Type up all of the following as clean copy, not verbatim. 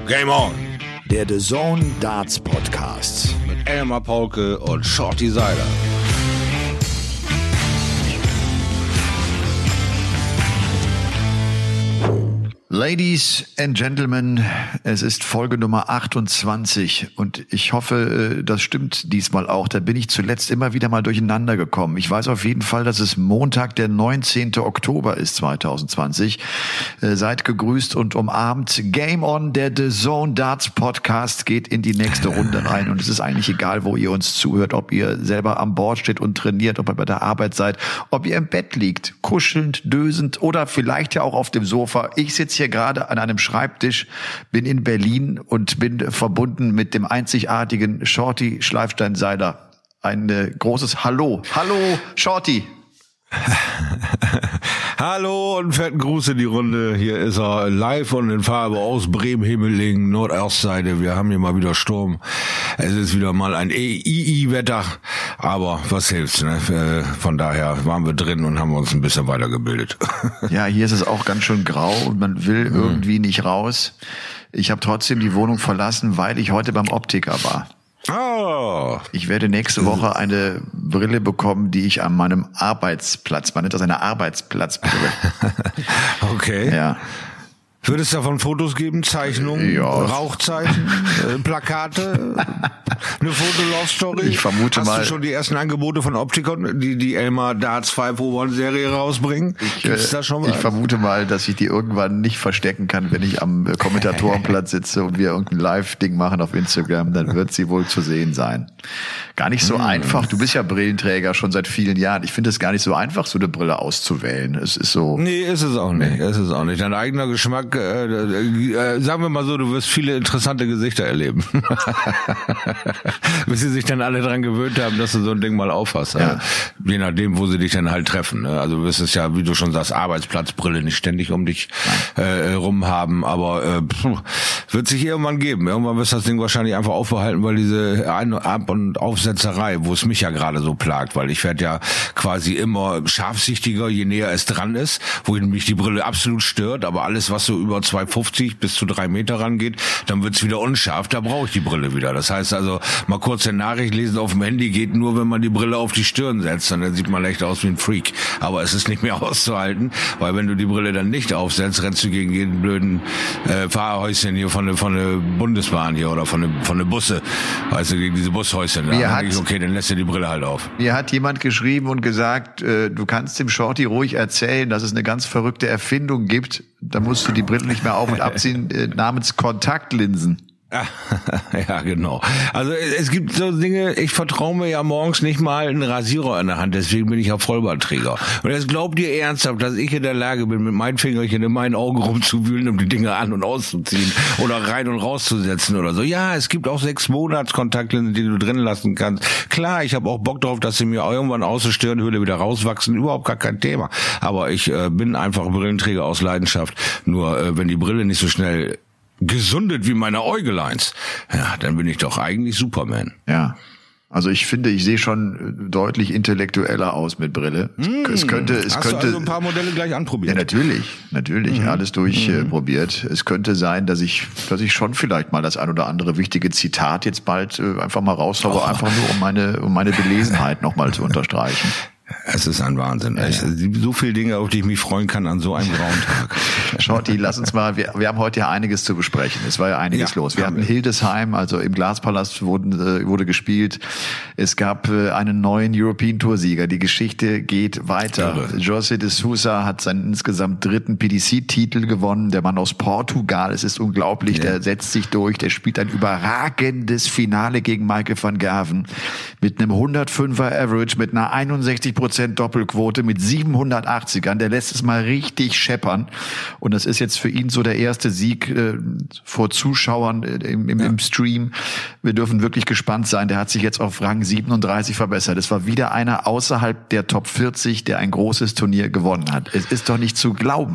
Game On! Der The Zone Darts Podcast. Mit Elmar Paulke und Shorty Seiler. Ladies and Gentlemen, es ist Folge Nummer 28 und ich hoffe, das stimmt diesmal auch. Da bin ich zuletzt immer wieder mal durcheinander gekommen. Ich weiß auf jeden Fall, dass es Montag, der 19. Oktober ist 2020. Seid gegrüßt und umarmt. Game On, der The Zone Darts Podcast geht in die nächste Runde rein und es ist eigentlich egal, wo ihr uns zuhört, ob ihr selber am Board steht und trainiert, ob ihr bei der Arbeit seid, ob ihr im Bett liegt, kuschelnd, dösend oder vielleicht ja auch auf dem Sofa. Ich sitze hier gerade an einem Schreibtisch, bin in Berlin und bin verbunden mit dem einzigartigen Shorty Schleifstein-Seiler. Ein großes Hallo. Hallo, Shorty. Hallo und fetten Gruß in die Runde. Hier ist er live und in Farbe aus Bremen-Himmelingen, Nordostseite. Wir haben hier mal wieder Sturm. Es ist wieder mal ein II-Wetter, aber was hilft's, ne? Von daher waren wir drin und haben uns ein bisschen weitergebildet. Ja, hier ist es auch ganz schön grau und man will irgendwie nicht raus. Ich habe trotzdem die Wohnung verlassen, weil ich heute beim Optiker war. Oh. Ich werde nächste Woche eine Brille bekommen, die ich an meinem Arbeitsplatz, man nennt das eine Arbeitsplatzbrille. Okay. Ja. Wird es davon Fotos geben, Zeichnungen, ja. Rauchzeichen, Plakate, eine Foto-Love-Story? Ich vermute mal. Hast du schon die ersten Angebote von Opticon, die Elmar Darts 501 Serie rausbringen? Gibt's da schon was? Ich vermute mal, dass ich die irgendwann nicht verstecken kann, wenn ich am Kommentatorenplatz sitze und wir irgendein Live-Ding machen auf Instagram, dann wird sie wohl zu sehen sein. Gar nicht so einfach. Du bist ja Brillenträger schon seit vielen Jahren. Ich finde es gar nicht so einfach, so eine Brille auszuwählen. Es ist so. Nee, ist es auch nicht. Ist es auch nicht. Dein eigener Geschmack, sagen wir mal so, du wirst viele interessante Gesichter erleben. Bis sie sich dann alle dran gewöhnt haben, dass du so ein Ding mal aufhast. Ja. Je nachdem, wo sie dich dann halt treffen. Also du wirst es ja, wie du schon sagst, Arbeitsplatzbrille nicht ständig um dich rum haben, aber wird sich irgendwann geben. Irgendwann wirst du das Ding wahrscheinlich einfach aufbehalten, weil diese Ab- und Aufsetzerei, wo es mich ja gerade so plagt, weil ich werde ja quasi immer scharfsichtiger, je näher es dran ist, wo mich die Brille absolut stört, aber alles, was so über 2,50 bis zu 3 Meter rangeht, dann wird's wieder unscharf, da brauche ich die Brille wieder. Das heißt also, mal kurz eine Nachricht lesen auf dem Handy geht nur, wenn man die Brille auf die Stirn setzt, dann sieht man echt aus wie ein Freak. Aber es ist nicht mehr auszuhalten, weil wenn du die Brille dann nicht aufsetzt, rennst du gegen jeden blöden Fahrhäuschen hier von der Bundesbahn hier oder von der Busse, weißt du, gegen diese Bushäuschen. Da denke ich, okay, dann lässt du die Brille halt auf. Mir hat jemand geschrieben und gesagt, du kannst dem Shorty ruhig erzählen, dass es eine ganz verrückte Erfindung gibt. Da musst du die Brille nicht mehr auf- und abziehen, namens Kontaktlinsen. Ja, genau. Also es gibt so Dinge, ich vertraue mir ja morgens nicht mal einen Rasierer in der Hand, deswegen bin ich ja Vollbartträger. Und jetzt glaubt ihr ernsthaft, dass ich in der Lage bin, mit meinen Fingerchen in meinen Augen rumzuwühlen, um die Dinge an- und auszuziehen oder rein- und rauszusetzen oder so? Ja, es gibt auch 6 Monats-Kontaktlinsen, die du drin lassen kannst. Klar, ich habe auch Bock drauf, dass sie mir irgendwann aus der Stirnhöhle wieder rauswachsen, überhaupt gar kein Thema. Aber ich bin einfach Brillenträger aus Leidenschaft. Nur wenn die Brille nicht so schnell gesundet wie meine Äugeleins, ja, dann bin ich doch eigentlich Superman. Ja. Also ich finde, ich sehe schon deutlich intellektueller aus mit Brille. Es könnte Hast du also ein paar Modelle gleich anprobiert? Ja, natürlich, alles durchprobiert. Es könnte sein, dass ich schon vielleicht mal das ein oder andere wichtige Zitat jetzt bald einfach mal raushaue, einfach nur um meine Belesenheit nochmal zu unterstreichen. Es ist ein Wahnsinn. Ja. So viele Dinge, auf die ich mich freuen kann an so einem grauen Tag. Shorty, lass uns mal, wir haben heute ja einiges zu besprechen. Es war ja einiges los. Wir hatten in Hildesheim, also im Glaspalast wurde gespielt. Es gab einen neuen European Tour Sieger. Die Geschichte geht weiter. José de Sousa hat seinen insgesamt 3. PDC-Titel gewonnen. Der Mann aus Portugal, es ist unglaublich. Der setzt sich durch. Der spielt ein überragendes Finale gegen Michael van Gerven mit einem 105er Average, mit einer 61% Doppelquote, mit 780ern. Der lässt es mal richtig scheppern. Und das ist jetzt für ihn so der erste Sieg vor Zuschauern im Stream. Wir dürfen wirklich gespannt sein. Der hat sich jetzt auf Rang 37 verbessert. Es war wieder einer außerhalb der Top 40, der ein großes Turnier gewonnen hat. Es ist doch nicht zu glauben.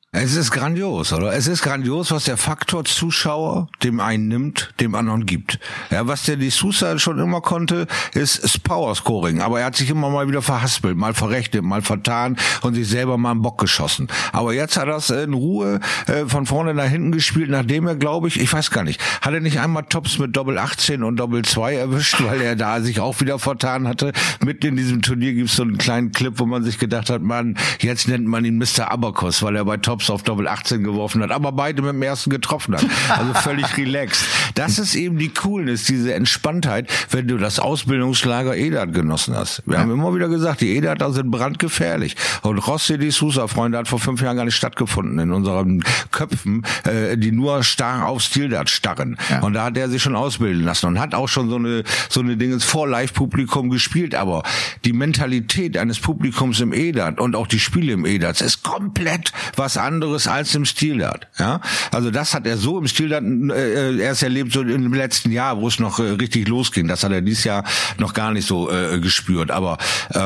Es ist grandios, oder? Es ist grandios, was der Faktor Zuschauer dem einen nimmt, dem anderen gibt. Ja, was der de Sousa schon immer konnte, ist Powerscoring. Aber er hat sich immer mal wieder verhaspelt, mal verrechnet, mal vertan und sich selber mal einen Bock geschossen. Aber jetzt hat er es in Ruhe von vorne nach hinten gespielt, nachdem er, glaube ich weiß gar nicht, hat er nicht einmal Tops mit Doppel 18 und Doppel 2 erwischt, weil er da sich auch wieder vertan hatte. Mitten in diesem Turnier gibt's so einen kleinen Clip, wo man sich gedacht hat, Mann, jetzt nennt man ihn Mr. Abacus, weil er bei Tops auf Doppel 18 geworfen hat, aber beide mit dem ersten getroffen hat. Also völlig relaxed. Das ist eben die Coolness, diese Entspanntheit, wenn du das Ausbildungslager Edert genossen hast. Wir haben immer wieder gesagt, die Ederter sind brandgefährlich. Und José de Sousa, Freunde, hat vor 5 Jahren gar nicht stattgefunden in unseren Köpfen, die nur starr auf Stildart starren. Ja. Und da hat er sich schon ausbilden lassen und hat auch schon so eine Dinge vor Live-Publikum gespielt. Aber die Mentalität eines Publikums im Edert und auch die Spiele im Edert ist komplett was anderes als im Stildart. Ja, also das hat er so im Stildart erst erlebt so im letzten Jahr, wo es noch richtig losging. Das hat er dieses Jahr noch gar nicht so gespürt. Aber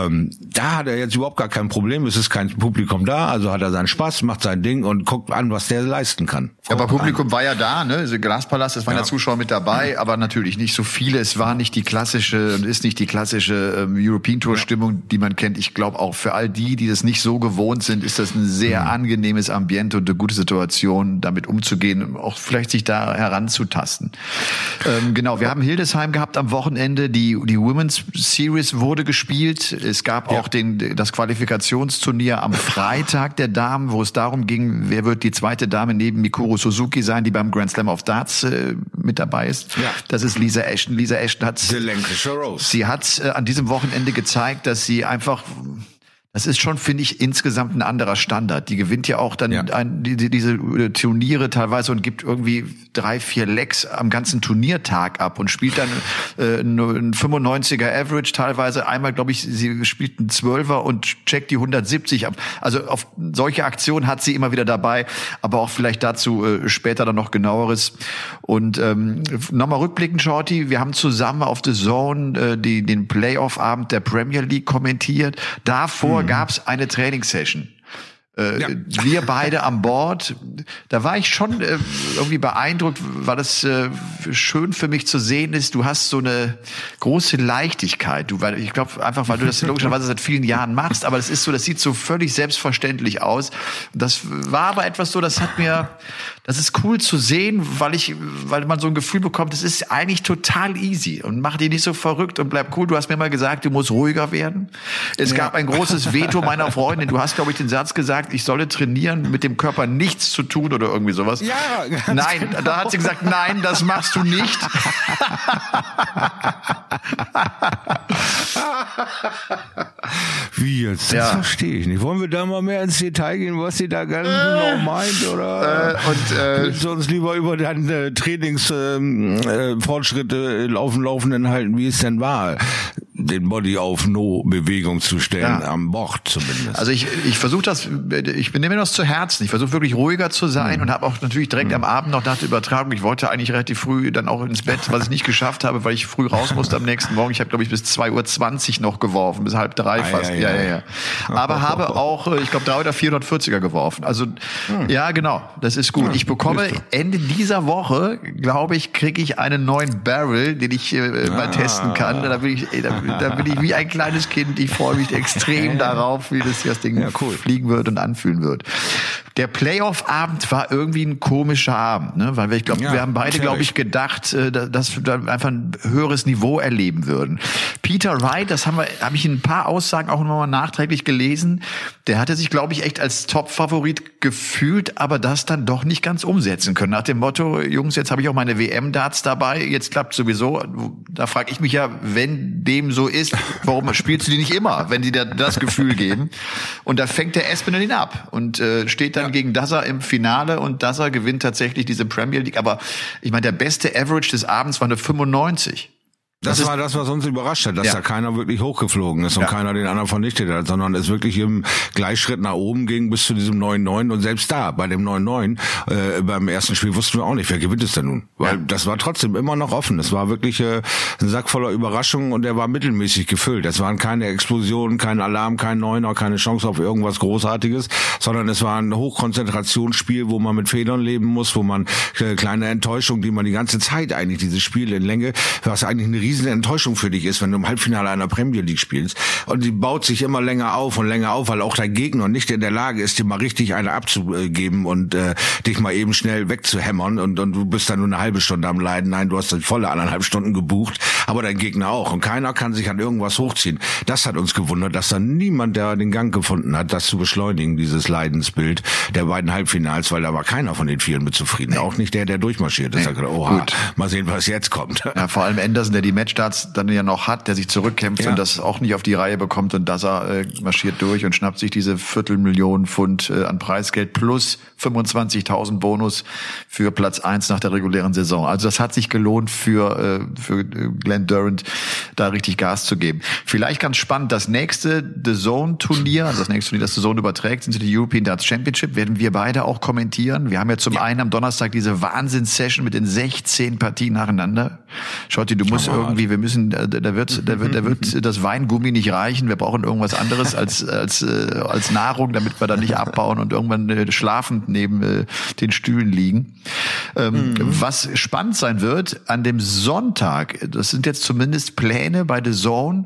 da hat er jetzt überhaupt gar kein Problem. Es ist kein Publikum da, also hat er seinen Spaß, macht sein Ding und guckt an, was der leisten kann. Ja, aber Publikum war ja da, ne? Also Glaspalast, es waren ja Zuschauer mit dabei, aber natürlich nicht so viele. Es war nicht die klassische und ist nicht die klassische European Tour Stimmung, die man kennt. Ich glaube auch für all die das nicht so gewohnt sind, ist das ein sehr angenehmes Ambiente und eine gute Situation, damit umzugehen, auch vielleicht sich da heranzutasten. Genau, wir haben Hildesheim gehabt am Wochenende. Die Women's Series wurde gespielt. Es gab auch das Qualifikationsturnier am Freitag der Damen, wo es darum ging, wer wird die zweite Dame neben Mikuru Suzuki sein, die beim Grand Slam of Darts mit dabei ist. Ja. Das ist Lisa Ashton. Lisa Ashton hat sie hat an diesem Wochenende gezeigt, dass sie einfach das ist schon, finde ich, insgesamt ein anderer Standard. Die gewinnt ja auch dann diese Turniere teilweise und gibt irgendwie 3-4 Lecks am ganzen Turniertag ab und spielt dann ein 95er Average teilweise. Einmal, glaube ich, sie spielt einen 12er und checkt die 170 ab. Also auf solche Aktionen hat sie immer wieder dabei, aber auch vielleicht dazu später dann noch genaueres. Und nochmal rückblickend, Shorty, wir haben zusammen auf The Zone den Playoff-Abend der Premier League kommentiert. Davor gab's eine Trainingssession. Wir beide an Bord. Da war ich schon irgendwie beeindruckt, weil es schön für mich zu sehen ist. Du hast so eine große Leichtigkeit. Ich glaube einfach, weil du das logischerweise seit vielen Jahren machst, aber das ist so, das sieht so völlig selbstverständlich aus. Das war aber etwas so, das ist cool zu sehen, weil man so ein Gefühl bekommt, das ist eigentlich total easy und mach dich nicht so verrückt und bleib cool. Du hast mir mal gesagt, du musst ruhiger werden. Es gab ein großes Veto meiner Freundin. Du hast, glaube ich, den Satz gesagt, ich solle trainieren, mit dem Körper nichts zu tun oder irgendwie sowas. Ja, nein, genau. Da hat sie gesagt, nein, das machst du nicht. Wie jetzt? Das verstehe ich nicht. Wollen wir da mal mehr ins Detail gehen, was sie da ganz genau meint? Oder willst du uns lieber über deine Trainingsfortschritte Laufenden halten, wie es denn war? Den Body auf No-Bewegung zu stellen, am Bord zumindest. Also ich versuche das, ich nehme mir das zu Herzen. Ich versuche wirklich ruhiger zu sein und habe auch natürlich direkt am Abend noch nach der Übertragung, ich wollte eigentlich relativ früh dann auch ins Bett, was ich nicht geschafft habe, weil ich früh raus musste am nächsten Morgen. Ich habe, glaube ich, bis 2:20 Uhr noch geworfen, bis 2:30 fast. Ja. Aber habe auch, ich glaube, 3 oder 440er geworfen. Also, ja, genau, das ist gut. Ich bekomme Ende dieser Woche, glaube ich, kriege ich einen neuen Barrel, den ich mal testen kann. Da bin ich wie ein kleines Kind. Ich freue mich extrem darauf, wie das Ding fliegen wird und anfühlen wird. Der Playoff-Abend war irgendwie ein komischer Abend, ne? Weil wir haben beide, glaube ich, gedacht, dass wir einfach ein höheres Niveau erleben würden. Peter Wright, das habe ich in ein paar Aussagen auch nochmal nachträglich gelesen. Der hatte sich, glaube ich, echt als Top-Favorit gefühlt, aber das dann doch nicht ganz umsetzen können. Nach dem Motto, Jungs, jetzt habe ich auch meine WM-Darts dabei, jetzt klappt sowieso. Da frage ich mich ja, wenn dem so ist, warum spielst du die nicht immer, wenn die dir das Gefühl geben? Und da fängt der Espinel ihn ab und steht dann gegen Dazza im Finale und Dazza gewinnt tatsächlich diese Premier League. Aber ich meine, der beste Average des Abends war eine 95. Das war das, was uns überrascht hat, dass da keiner wirklich hochgeflogen ist und keiner den anderen vernichtet hat, sondern es wirklich im Gleichschritt nach oben ging bis zu diesem 9-9 und selbst da, bei dem 9-9, beim ersten Spiel wussten wir auch nicht, wer gewinnt es denn nun? Weil das war trotzdem immer noch offen. Es war wirklich ein Sack voller Überraschungen und der war mittelmäßig gefüllt. Es waren keine Explosionen, kein Alarm, kein Neuner, keine Chance auf irgendwas Großartiges, sondern es war ein Hochkonzentrationsspiel, wo man mit Federn leben muss, wo man kleine Enttäuschung, die man die ganze Zeit eigentlich, dieses Spiel in Länge, was eigentlich eine riesen Enttäuschung für dich ist, wenn du im Halbfinale einer Premier League spielst. Und die baut sich immer länger auf, weil auch dein Gegner nicht in der Lage ist, dir mal richtig eine abzugeben und dich mal eben schnell wegzuhämmern und du bist dann nur eine halbe Stunde am Leiden. Nein, du hast dann volle 1,5 Stunden gebucht, aber dein Gegner auch. Und keiner kann sich an irgendwas hochziehen. Das hat uns gewundert, dass dann niemand, der den Gang gefunden hat, das zu beschleunigen, dieses Leidensbild der beiden Halbfinals, weil da war keiner von den Vieren mit zufrieden. Nee. Auch nicht der durchmarschiert ist. Oha, mal sehen, was jetzt kommt. Ja, vor allem Anderson, der die Matchstarts dann ja noch hat, der sich zurückkämpft und das auch nicht auf die Reihe bekommt und dass er marschiert durch und schnappt sich diese 250.000 Pfund an Preisgeld plus 25.000 Bonus für Platz 1 nach der regulären Saison. Also das hat sich gelohnt für Glenn Durrant, da richtig Gas zu geben. Vielleicht ganz spannend, das nächste The Zone Turnier, also das nächste Turnier, das The Zone überträgt, sind die European Darts Championship, werden wir beide auch kommentieren. Wir haben ja zum einen am Donnerstag diese Wahnsinns-Session mit den 16 Partien nacheinander. Schotti, du musst irgendwie, wir müssen, da wird das Weingummi nicht reichen. Wir brauchen irgendwas anderes als Nahrung, damit wir da nicht abbauen und irgendwann schlafend neben den Stühlen liegen. Was spannend sein wird, an dem Sonntag, das sind jetzt zumindest Pläne bei The Zone.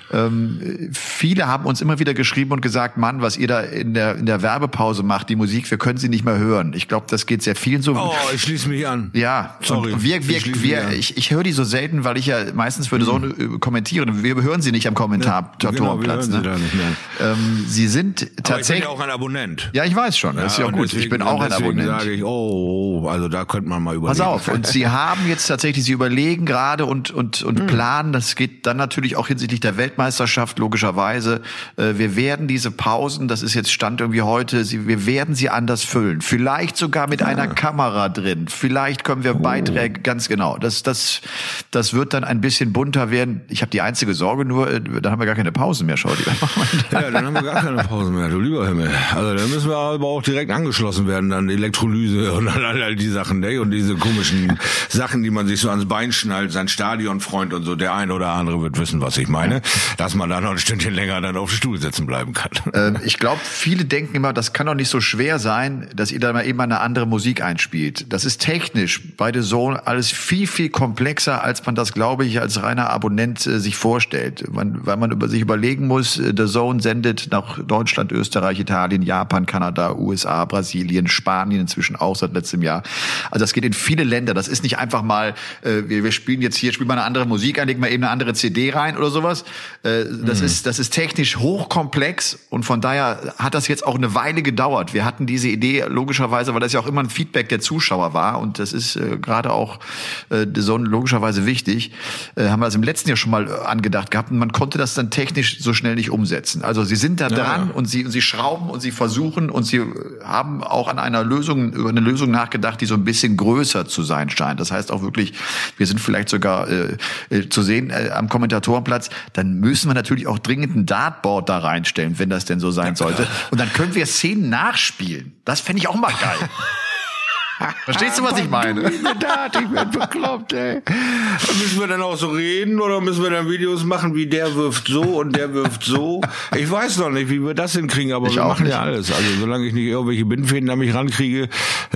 Viele haben uns immer wieder geschrieben und gesagt, Mann, was ihr da in der Werbepause macht, die Musik, wir können sie nicht mehr hören. Ich glaube, das geht sehr vielen so. Oh, ich schließe mich an. Ja, sorry. Ich höre die so selten, weil ich ja meistens für The Zone kommentiere. Wir hören sie nicht am Kommentarplatz. Genau, ne? Sie sind tatsächlich. Aber ich bin ja auch ein Abonnent. Ja, ich weiß schon. Das ist ja auch gut. Ich bin auch ein Abonnent. Sage ich, also da könnte man mal überlegen. Pass auf. Und Sie haben jetzt tatsächlich, Sie überlegen gerade und planen. Das geht dann natürlich auch hinsichtlich der Weltmeisterschaft, logischerweise. Wir werden diese Pausen, das ist jetzt Stand irgendwie heute, wir werden sie anders füllen. Vielleicht sogar mit einer Kamera drin. Vielleicht können wir Beiträge, ganz genau. Das wird dann ein bisschen bunter werden. Ich habe die einzige Sorge nur, dann haben wir gar keine Pausen mehr, schau dir. Ja, dann haben wir gar keine Pausen mehr, du lieber Himmel. Also dann müssen wir aber auch direkt angeschlossen werden, dann Elektrolyse und all die Sachen, ne? Und diese komischen Sachen, die man sich so ans Bein schnallt, sein Stadionfreund und so, der eine oder andere wird wissen, was ich meine, dass man da noch ein Stündchen länger dann auf dem Stuhl sitzen bleiben kann. Ich glaube, viele denken immer, das kann doch nicht so schwer sein, dass ihr da mal eben eine andere Musik einspielt. Das ist technisch bei The Zone alles viel, viel komplexer, als man das, glaube ich, als reiner Abonnent sich vorstellt. Weil man sich überlegen muss, The Zone sendet nach Deutschland, Österreich, Italien, Japan, Kanada, USA, Brasilien, Spanien inzwischen auch seit letztem Jahr. Also das geht in viele Länder. Das ist nicht einfach mal, wir spielen jetzt hier, spielen mal eine andere Musik ein, legen mal eben eine andere CD rein oder sowas. Das ist technisch hochkomplex und von daher hat das jetzt auch eine Weile gedauert. Wir hatten diese Idee logischerweise, weil das ja auch immer ein Feedback der Zuschauer war und das ist gerade auch The Zone logischerweise wichtig, haben wir das im letzten Jahr schon mal angedacht gehabt und man konnte das dann technisch so schnell nicht umsetzen. Also sie sind da dran und sie schrauben und sie versuchen und sie haben auch über eine Lösung nachgedacht, die so ein bisschen größer zu sein scheint. Das heißt auch wirklich, wir sind vielleicht sogar zu sehen am Kommentatorenplatz, dann müssen wir natürlich auch dringend ein Dartboard da reinstellen, wenn das denn so sein sollte. Und dann können wir Szenen nachspielen. Das fände ich auch mal geil. Verstehst du, was ich meine? Ich werd bekloppt, ey. Müssen wir dann auch so reden oder müssen wir dann Videos machen, wie der wirft so und der wirft so? Ich weiß noch nicht, wie wir das hinkriegen, aber wir machen ja alles. Also solange ich nicht irgendwelche Bindfäden an mich rankriege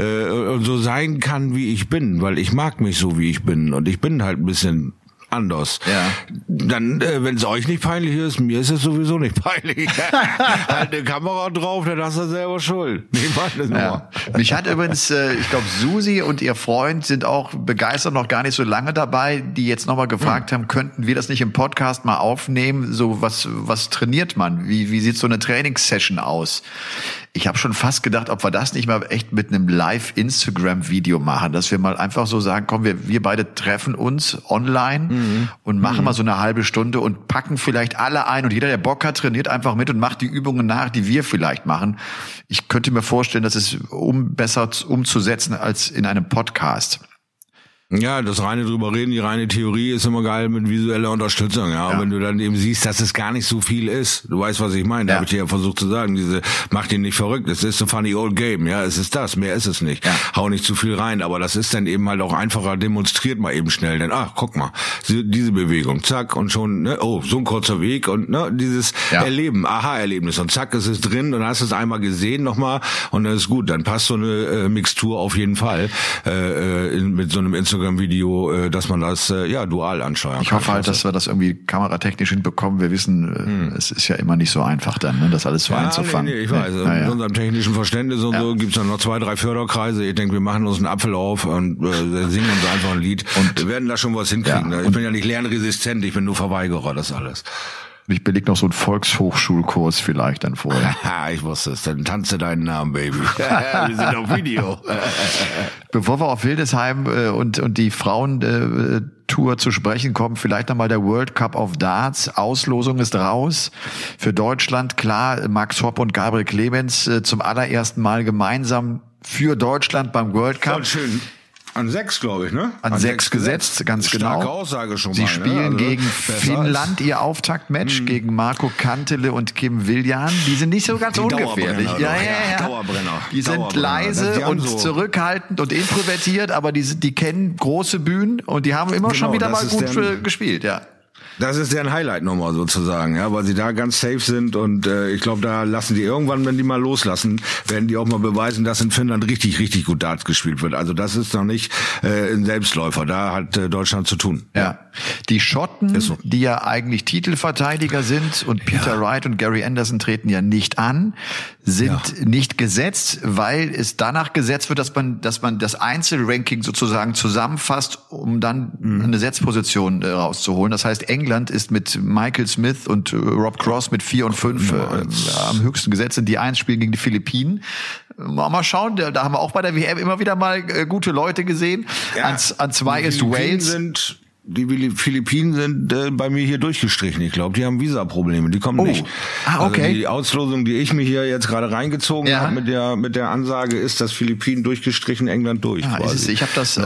und so sein kann, wie ich bin, weil ich mag mich so, wie ich bin und ich bin halt ein bisschen anders. Ja. Dann, wenn es euch nicht peinlich ist, mir ist es sowieso nicht peinlich. Halt eine Kamera drauf, dann hast du selber Schuld. Mich hat übrigens, ich glaube, Susi und ihr Freund sind auch begeistert, noch gar nicht so lange dabei, die jetzt nochmal gefragt haben, könnten wir das nicht im Podcast mal aufnehmen? So, was trainiert man? Wie sieht so eine Trainingssession aus? Ich habe schon fast gedacht, ob wir das nicht mal echt mit einem Live-Instagram-Video machen, dass wir mal einfach so sagen, komm, wir beide treffen uns online und machen mal so eine halbe Stunde und packen vielleicht alle ein und jeder, der Bock hat, trainiert einfach mit und macht die Übungen nach, die wir vielleicht machen. Ich könnte mir vorstellen, dass es besser umzusetzen als in einem Podcast. Ja, das reine drüber reden, die reine Theorie ist immer geil mit visueller Unterstützung, ja. Und wenn du dann eben siehst, dass es gar nicht so viel ist, du weißt, was ich meine, da habe ich dir ja versucht zu sagen, mach ihn nicht verrückt, es ist a funny old game, ja, es ist das, mehr ist es nicht. Ja. Hau nicht zu viel rein, aber das ist dann eben halt auch einfacher demonstriert mal eben schnell, denn guck mal, diese Bewegung, zack, und schon, ne, so ein kurzer Weg und ne, dieses Erleben, Aha-Erlebnis und zack, ist es drin und hast es einmal gesehen nochmal und dann ist gut, dann passt so eine Mixtur auf jeden Fall mit so einem Instagram-Video, dass man das dual ansteuern kann. Ich hoffe halt, dass wir das irgendwie kameratechnisch hinbekommen. Wir wissen, es ist ja immer nicht so einfach dann, ne, das alles so einzufangen. Nee, ich weiß. Mit unserem technischen Verständnis und so gibt's dann noch 2, 3 Förderkreise. Ich denke, wir machen uns einen Apfel auf und singen uns einfach ein Lied. Und wir werden da schon was hinkriegen. Ich bin ja nicht lernresistent, ich bin nur Verweigerer, das alles. Ich belege noch so einen Volkshochschulkurs vielleicht dann vorher. Ich wusste es. Dann tanze deinen Namen, Baby. Wir sind auf Video. Bevor wir auf Wildesheim und die Frauentour zu sprechen kommen, vielleicht nochmal der World Cup of Darts. Auslosung ist raus. Für Deutschland, klar, Max Hopp und Gabriel Clemens zum allerersten Mal gemeinsam für Deutschland beim World Cup. Schön. An 6, glaube ich, ne? An 6 gesetzt, ganz genau. Starke Aussage schon mal. Sie spielen gegen Finnland ihr Auftaktmatch, gegen Marco Kantele und Kim Viljan. Die sind nicht so ganz ungefährlich. Ja. Dauerbrenner. Die sind leise und zurückhaltend und introvertiert, aber die kennen große Bühnen und die haben immer schon wieder mal gut gespielt, ja. Das ist deren Highlight-Nummer sozusagen, ja, weil sie da ganz safe sind und ich glaube, da lassen die irgendwann, wenn die mal loslassen, werden die auch mal beweisen, dass in Finnland richtig, richtig gut Darts gespielt wird. Also das ist noch nicht ein Selbstläufer, da hat Deutschland zu tun. Ja, die Schotten, die ja eigentlich Titelverteidiger sind und Peter Wright und Gary Anderson treten ja nicht an, sind nicht gesetzt, weil es danach gesetzt wird, dass man das Einzelranking sozusagen zusammenfasst, um dann eine Setzposition rauszuholen. Das heißt, England ist mit Michael Smith und Rob Cross mit 4 und 5 am höchsten gesetzt. Und die 1 spielen gegen die Philippinen. Mal schauen, da haben wir auch bei der WM immer wieder mal gute Leute gesehen. Ja, an 2 ist Wales. Die Philippinen sind bei mir hier durchgestrichen. Ich glaube, die haben Visaprobleme. Die kommen nicht. Okay. Also die Auslosung, die ich mir hier jetzt gerade reingezogen habe mit der Ansage, ist, dass Philippinen durchgestrichen, England durch. Ich habe das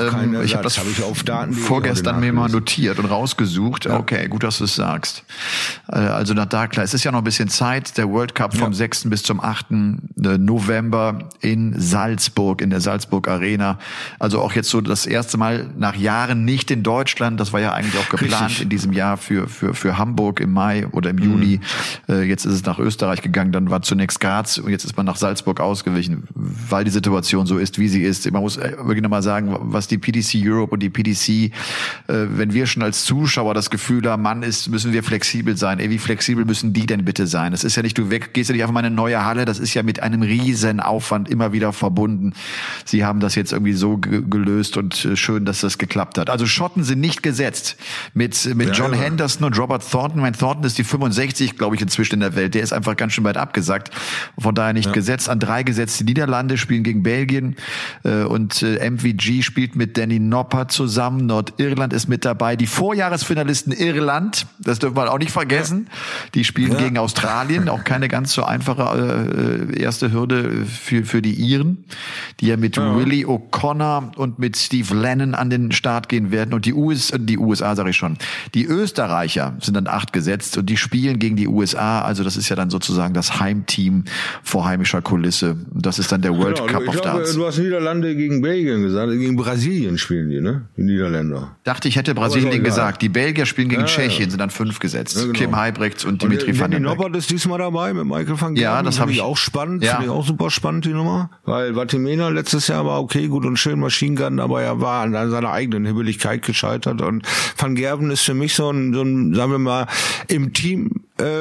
auf Daten vorgestern mir mal notiert und rausgesucht. Ja. Okay, gut, dass du es sagst. Also da klar, es ist ja noch ein bisschen Zeit. Der World Cup vom 6. bis zum 8. November in Salzburg, in der Salzburg Arena. Also auch jetzt so das erste Mal nach Jahren nicht in Deutschland. Das war ja eigentlich auch geplant in diesem Jahr für Hamburg im Mai oder im Juni. Jetzt ist es nach Österreich gegangen, dann war zunächst Graz und jetzt ist man nach Salzburg ausgewichen, weil die Situation so ist, wie sie ist. Man muss wirklich nochmal sagen, was die PDC Europe und die PDC, wenn wir schon als Zuschauer das Gefühl haben, müssen wir flexibel sein. Wie flexibel müssen die denn bitte sein? Es ist ja nicht, gehst ja nicht einfach mal in eine neue Halle, das ist ja mit einem riesen Aufwand immer wieder verbunden. Sie haben das jetzt irgendwie so gelöst und schön, dass das geklappt hat. Also Schotten sind nicht gesetzt. Mit John Henderson und Robert Thornton. Mein Thornton ist die 65, glaube ich, inzwischen in der Welt. Der ist einfach ganz schön weit abgesagt. Von daher nicht gesetzt. An 3 gesetzt die Niederlande, spielen gegen Belgien. Und MVG spielt mit Danny Noppert zusammen. Nordirland ist mit dabei. Die Vorjahresfinalisten Irland, das dürfen wir auch nicht vergessen. Die spielen gegen Australien. Auch keine ganz so einfache erste Hürde für die Iren, die ja mit Willie O'Connor und mit Steve Lennon an den Start gehen werden. Und die USA, sage ich schon. Die Österreicher sind dann 8 gesetzt und die spielen gegen die USA. Also das ist ja dann sozusagen das Heimteam vor heimischer Kulisse. Das ist dann der World Cup of Darts. Du hast Niederlande gegen Belgien gesagt. Gegen Brasilien spielen die, ne? Die Niederländer. Dachte ich, hätte Brasilien gesagt. Die Belgier spielen gegen Tschechien, sind dann 5 gesetzt. Ja, genau. Kim Heibrechts und Dimitri van den Berg. Noppert ist diesmal dabei mit Michael van Gerwen. Ja, das habe ich auch spannend. Finde ich auch super spannend, die Nummer. Weil Vatimena letztes Jahr war okay, gut und schön Machine Gun, aber er war an seiner eigenen Hibbeligkeit gescheitert. Und Van Gerwen ist für mich so ein, sagen wir mal, im Team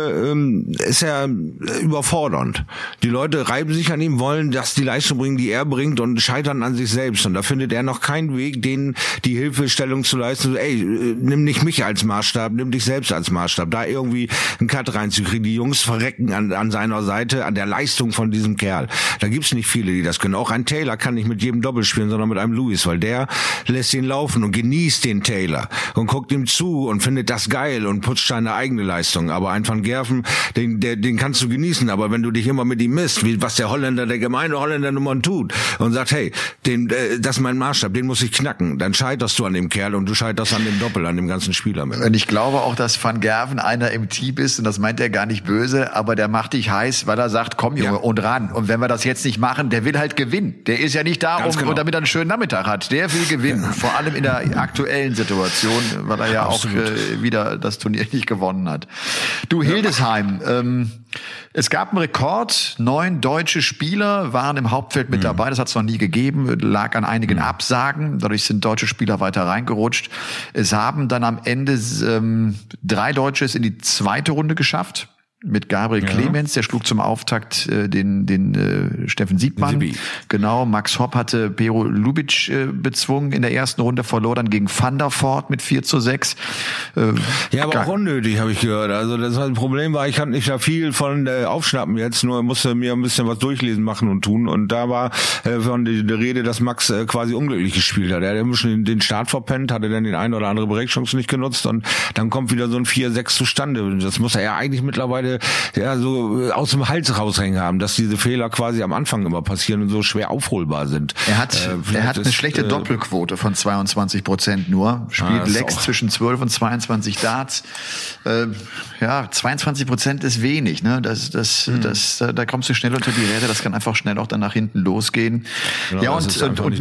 ist ja überfordernd. Die Leute reiben sich an ihm, wollen, dass die Leistung bringen, die er bringt und scheitern an sich selbst. Und da findet er noch keinen Weg, denen die Hilfestellung zu leisten. Nimm nicht mich als Maßstab, nimm dich selbst als Maßstab. Da irgendwie einen Cut reinzukriegen. Die Jungs verrecken an seiner Seite, an der Leistung von diesem Kerl. Da gibt's nicht viele, die das können. Auch ein Taylor kann nicht mit jedem Doppel spielen, sondern mit einem Lewis, weil der lässt ihn laufen und genießt den Taylor und guckt ihm zu und findet das geil und putscht seine eigene Leistung. Aber ein Van Gerven, den kannst du genießen, aber wenn du dich immer mit ihm misst, wie was der gemeine Holländer nun mal tut und sagt, hey, das ist mein Maßstab, den muss ich knacken, dann scheiterst du an dem Kerl und du scheiterst an dem Doppel, an dem ganzen Spieler. Und ich glaube auch, dass Van Gerven einer im Team ist, und das meint er gar nicht böse, aber der macht dich heiß, weil er sagt, komm Junge, und ran. Und wenn wir das jetzt nicht machen, der will halt gewinnen. Der ist ja nicht da, damit er einen schönen Nachmittag hat. Der will gewinnen. Ja. Vor allem in der aktuellen Situation, weil er ja auch wieder das Turnier nicht gewonnen hat. Du, Hildesheim, es gab einen Rekord, 9 deutsche Spieler waren im Hauptfeld mit dabei, das hat es noch nie gegeben, lag an einigen Absagen, dadurch sind deutsche Spieler weiter reingerutscht. Es haben dann am Ende 3 Deutsche in die zweite Runde geschafft. Mit Gabriel Clemens, der schlug zum Auftakt den Steffen Siebmann. Genau, Max Hopp hatte Pero Lubitsch bezwungen in der ersten Runde, verlor dann gegen Van der Voort mit 4:6. Ja, aber auch unnötig, habe ich gehört. Also das Problem war, ich kann nicht da viel von aufschnappen jetzt, nur musste mir ein bisschen was durchlesen, machen und tun. Und da war von der Rede, dass Max quasi unglücklich gespielt hat. Er hat ein bisschen den Start verpennt, hatte dann den eine oder andere Breakchance nicht genutzt und dann kommt wieder so ein 4:6 zustande. Das muss er ja eigentlich mittlerweile so aus dem Hals raushängen haben, dass diese Fehler quasi am Anfang immer passieren und so schwer aufholbar sind. Er hat eine schlechte Doppelquote von 22% nur, spielt Lecks zwischen 12 und 22 Darts. 22% ist wenig, ne? Da kommst du schnell unter die Räder, das kann einfach schnell auch dann nach hinten losgehen. Genau, ja, und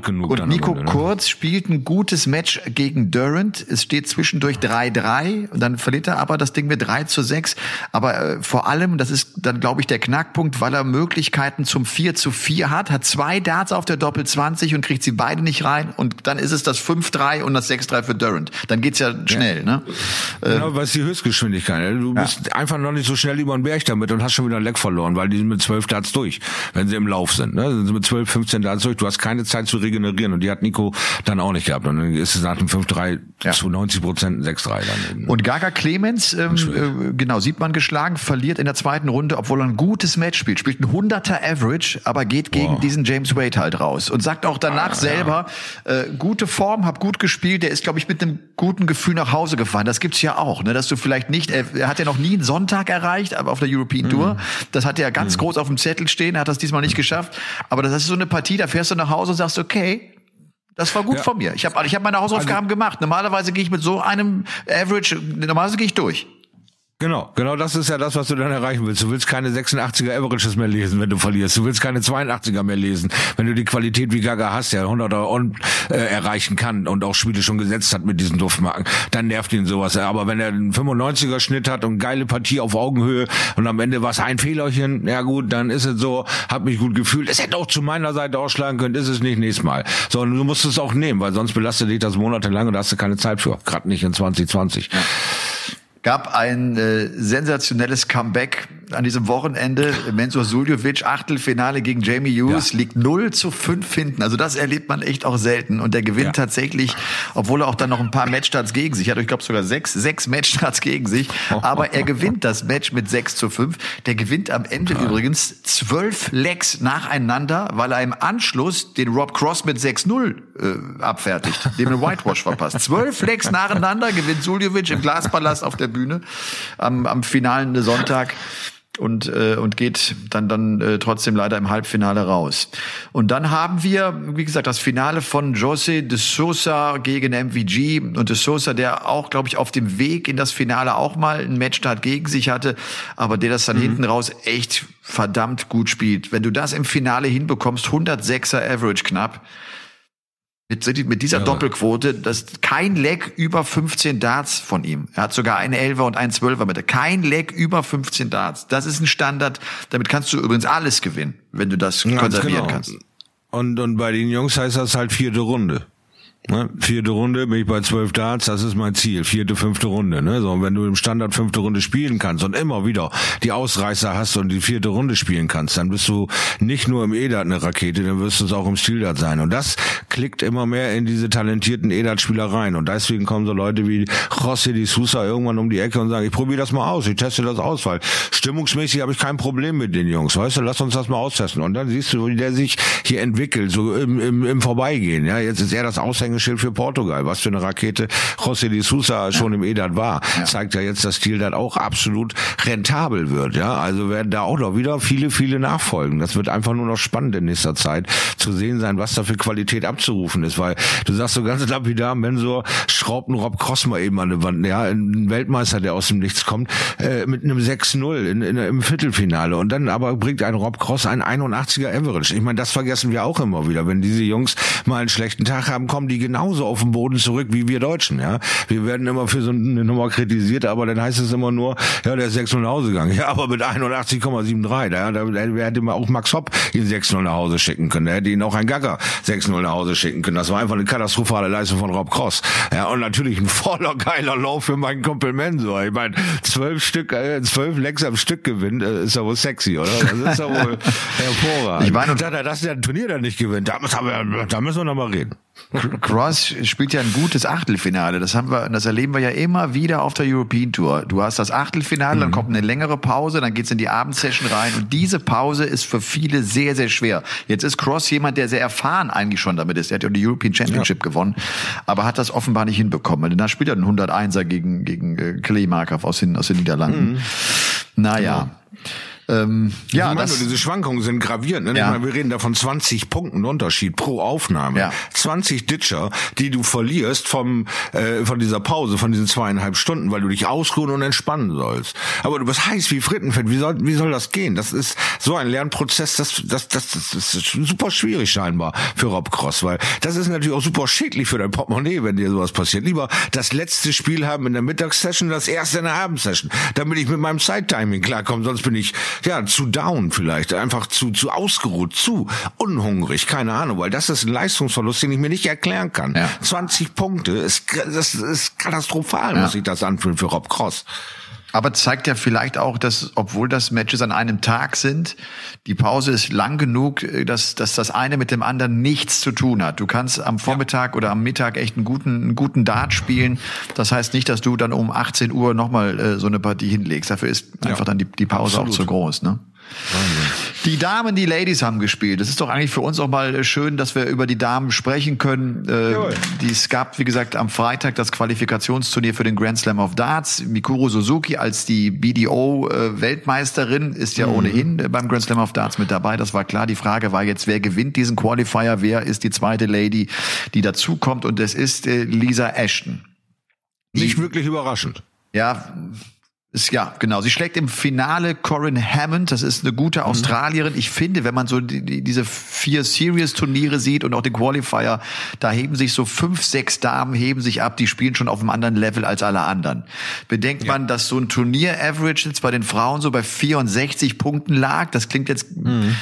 Nico Kurz spielt ein gutes Match gegen Durrant. Es steht zwischendurch 3:3 und dann verliert er aber das Ding mit 3:6. Aber vor allem, das ist dann, glaube ich, der Knackpunkt, weil er Möglichkeiten zum 4:4 hat 2 Darts auf der Doppel 20 und kriegt sie beide nicht rein und dann ist es das 5:3 und das 6:3 für Durrant. Dann geht's ja schnell, ne? Genau, was ist die Höchstgeschwindigkeit? Du bist einfach noch nicht so schnell über den Berg damit und hast schon wieder ein Leck verloren, weil die sind mit 12 Darts durch, wenn sie im Lauf sind. Ne? Sind sie mit 12, 15 Darts durch. Du hast keine Zeit zu regenerieren und die hat Nico dann auch nicht gehabt. Und dann ist es nach dem 5:3 zu 90% ein 6:3 dann eben. Und Gaga Clemens, genau, sieht man geschlagen, verliert in der zweiten Runde, obwohl er ein gutes Match spielt ein 100er Average, aber geht gegen diesen James Wade halt raus und sagt auch danach selber, gute Form, hab gut gespielt, der ist, glaube ich, mit einem guten Gefühl nach Hause gefahren. Das gibt's ja auch, ne, dass du vielleicht nicht, er hat ja noch nie einen Sonntag erreicht, aber auf der European Tour, das hat er ganz groß auf dem Zettel stehen, er hat das diesmal nicht geschafft, aber das ist so eine Partie, da fährst du nach Hause und sagst, okay, das war gut von mir. Ich hab meine Hausaufgaben gemacht. Normalerweise gehe ich mit so einem Average, normalerweise gehe ich durch. Genau, das ist ja das, was du dann erreichen willst. Du willst keine 86er Averages mehr lesen, wenn du verlierst. Du willst keine 82er mehr lesen, wenn du die Qualität wie Gaga hast, der 100er erreichen kann und auch Spiele schon gesetzt hat mit diesen Duftmarken. Dann nervt ihn sowas. Aber wenn er einen 95er Schnitt hat und geile Partie auf Augenhöhe und am Ende war es ein Fehlerchen, ja gut, dann ist es so, hab mich gut gefühlt. Es hätte auch zu meiner Seite ausschlagen können, ist es nicht nächstes Mal. Sondern du musst es auch nehmen, weil sonst belastet dich das monatelang und da hast du keine Zeit für. Gerade nicht in 2020. Ja. Gab ein sensationelles Comeback an diesem Wochenende. Mensur Suljovic, Achtelfinale gegen Jamie Hughes, liegt 0:5 hinten. Also das erlebt man echt auch selten. Und der gewinnt tatsächlich, obwohl er auch dann noch ein paar Matchstarts gegen sich hat. Ich glaube sogar sechs Matchstarts gegen sich. Aber er gewinnt das Match mit 6:5. Der gewinnt am Ende übrigens 12 Lecks nacheinander, weil er im Anschluss den Rob Cross mit 6:0 abfertigt, dem einen Whitewash verpasst. 12 Lecks nacheinander gewinnt Suljovic im Glaspalast auf der Bühne am finalen Sonntag und geht dann trotzdem leider im Halbfinale raus. Und dann haben wir, wie gesagt, das Finale von José de Sousa gegen MVG und de Sousa, der auch, glaube ich, auf dem Weg in das Finale auch mal einen Matchstart gegen sich hatte, aber der das dann hinten raus echt verdammt gut spielt. Wenn du das im Finale hinbekommst, 106er Average knapp, mit dieser Doppelquote, das kein Leck über 15 Darts von ihm. Er hat sogar eine 11er und einen 12er mit. Kein Leck über 15 Darts. Das ist ein Standard. Damit kannst du übrigens alles gewinnen, wenn du das konservieren kannst. Und bei den Jungs heißt das halt 4. Runde. Ne? 4. Runde, bin ich bei 12 Darts, das ist mein Ziel. 4., 5. Runde. Ne? So, und wenn du im Standard 5. Runde spielen kannst und immer wieder die Ausreißer hast und die 4. Runde spielen kannst, dann bist du nicht nur im E-Dart eine Rakete, dann wirst du es auch im Stil-Dart sein. Und das klickt immer mehr in diese talentierten E-Dart-Spieler rein. Und deswegen kommen so Leute wie José de Sousa irgendwann um die Ecke und sagen, ich probiere das mal aus, ich teste das aus, weil stimmungsmäßig habe ich kein Problem mit den Jungs. Weißt du, lass uns das mal austesten. Und dann siehst du, wie der sich hier entwickelt, so im Vorbeigehen. Ja, jetzt ist er das Aushängeschild Aushängeschild für Portugal. Was für eine Rakete José de Sousa schon im Edat war. Zeigt ja jetzt, dass Stil auch absolut rentabel wird. Ja, also werden da auch noch wieder viele nachfolgen. Das wird einfach nur noch spannend in nächster Zeit zu sehen sein, was da für Qualität abzurufen ist, weil du sagst so ganz lapidar, Mensur schraubt einen Rob Cross mal eben an die Wand, ja, ein Weltmeister, der aus dem Nichts kommt, mit einem 6-0 im Viertelfinale und dann aber bringt ein Rob Cross ein 81er Average. Ich meine, das vergessen wir auch immer wieder. Wenn diese Jungs mal einen schlechten Tag haben, kommen die genauso auf den Boden zurück wie wir Deutschen, ja. Wir werden immer für so eine Nummer kritisiert, aber dann heißt es immer nur, ja, der ist 6-0 nach Hause gegangen. Ja, aber mit 81,73, da hätte man auch Max Hopp ihn 6-0 nach Hause schicken können. Der hätte ihn auch ein Gaga 6-0 nach Hause schicken können. Das war einfach eine katastrophale Leistung von Rob Cross. Ja, und natürlich ein voller geiler Lauf für meinen Kumpel Mensur. Ich meine, 12 Lecks am Stück gewinnen, ist ja wohl sexy, oder? Das ist ja wohl hervorragend. Ich meine, dass der ein Turnier dann nicht gewinnt, da müssen wir noch mal reden. Cross spielt ja ein gutes Achtelfinale. Das erleben wir ja immer wieder auf der European Tour. Du hast das Achtelfinale, dann kommt eine längere Pause, dann geht's in die Abendsession rein und diese Pause ist für viele sehr, sehr schwer. Jetzt ist Cross jemand, der sehr erfahren eigentlich schon damit ist. Er hat ja die European Championship gewonnen, aber hat das offenbar nicht hinbekommen. Denn da spielt er einen 101er gegen Clay Markov aus den Niederlanden. Naja. Diese Schwankungen sind gravierend. Ne? Ja. Ich meine, wir reden da von 20 Punkten Unterschied pro Aufnahme. Ja. 20 Ditcher, die du verlierst von dieser Pause, von diesen 2,5 Stunden, weil du dich ausruhen und entspannen sollst. Aber du bist heiß wie Frittenfett. Wie soll das gehen? Das ist so ein Lernprozess, das ist super schwierig scheinbar für Rob Cross, weil das ist natürlich auch super schädlich für dein Portemonnaie, wenn dir sowas passiert. Lieber das letzte Spiel haben in der Mittagssession, das erste in der Abendsession, damit ich mit meinem Side-Timing klarkomme. Sonst bin ich zu down vielleicht, einfach zu ausgeruht, zu unhungrig, keine Ahnung, weil das ist ein Leistungsverlust, den ich mir nicht erklären kann. Ja. 20 Punkte, das ist katastrophal, muss sich das anfühlen für Rob Cross. Aber zeigt ja vielleicht auch, dass, obwohl das Matches an einem Tag sind, die Pause ist lang genug, dass das eine mit dem anderen nichts zu tun hat. Du kannst am Vormittag oder am Mittag echt einen guten Dart spielen. Das heißt nicht, dass du dann um 18 Uhr nochmal so eine Partie hinlegst. Dafür ist einfach dann die Pause absolut auch zu groß, ne? Die Damen, die Ladies haben gespielt. Das ist doch eigentlich für uns auch mal schön, dass wir über die Damen sprechen können. Es gab, wie gesagt, am Freitag das Qualifikationsturnier für den Grand Slam of Darts. Mikuru Suzuki als die BDO-Weltmeisterin ist ja ohnehin beim Grand Slam of Darts mit dabei. Das war klar. Die Frage war jetzt, wer gewinnt diesen Qualifier? Wer ist die zweite Lady, die dazukommt? Und es ist Lisa Ashton. Nicht wirklich überraschend. Ja, genau. Sie schlägt im Finale Corinne Hammond. Das ist eine gute Australierin. Ich finde, wenn man so diese 4 Series-Turniere sieht und auch den Qualifier, da heben sich so 5, 6 Damen ab. Die spielen schon auf einem anderen Level als alle anderen. Bedenkt man, dass so ein Turnier-Average jetzt bei den Frauen so bei 64 Punkten lag. Das klingt jetzt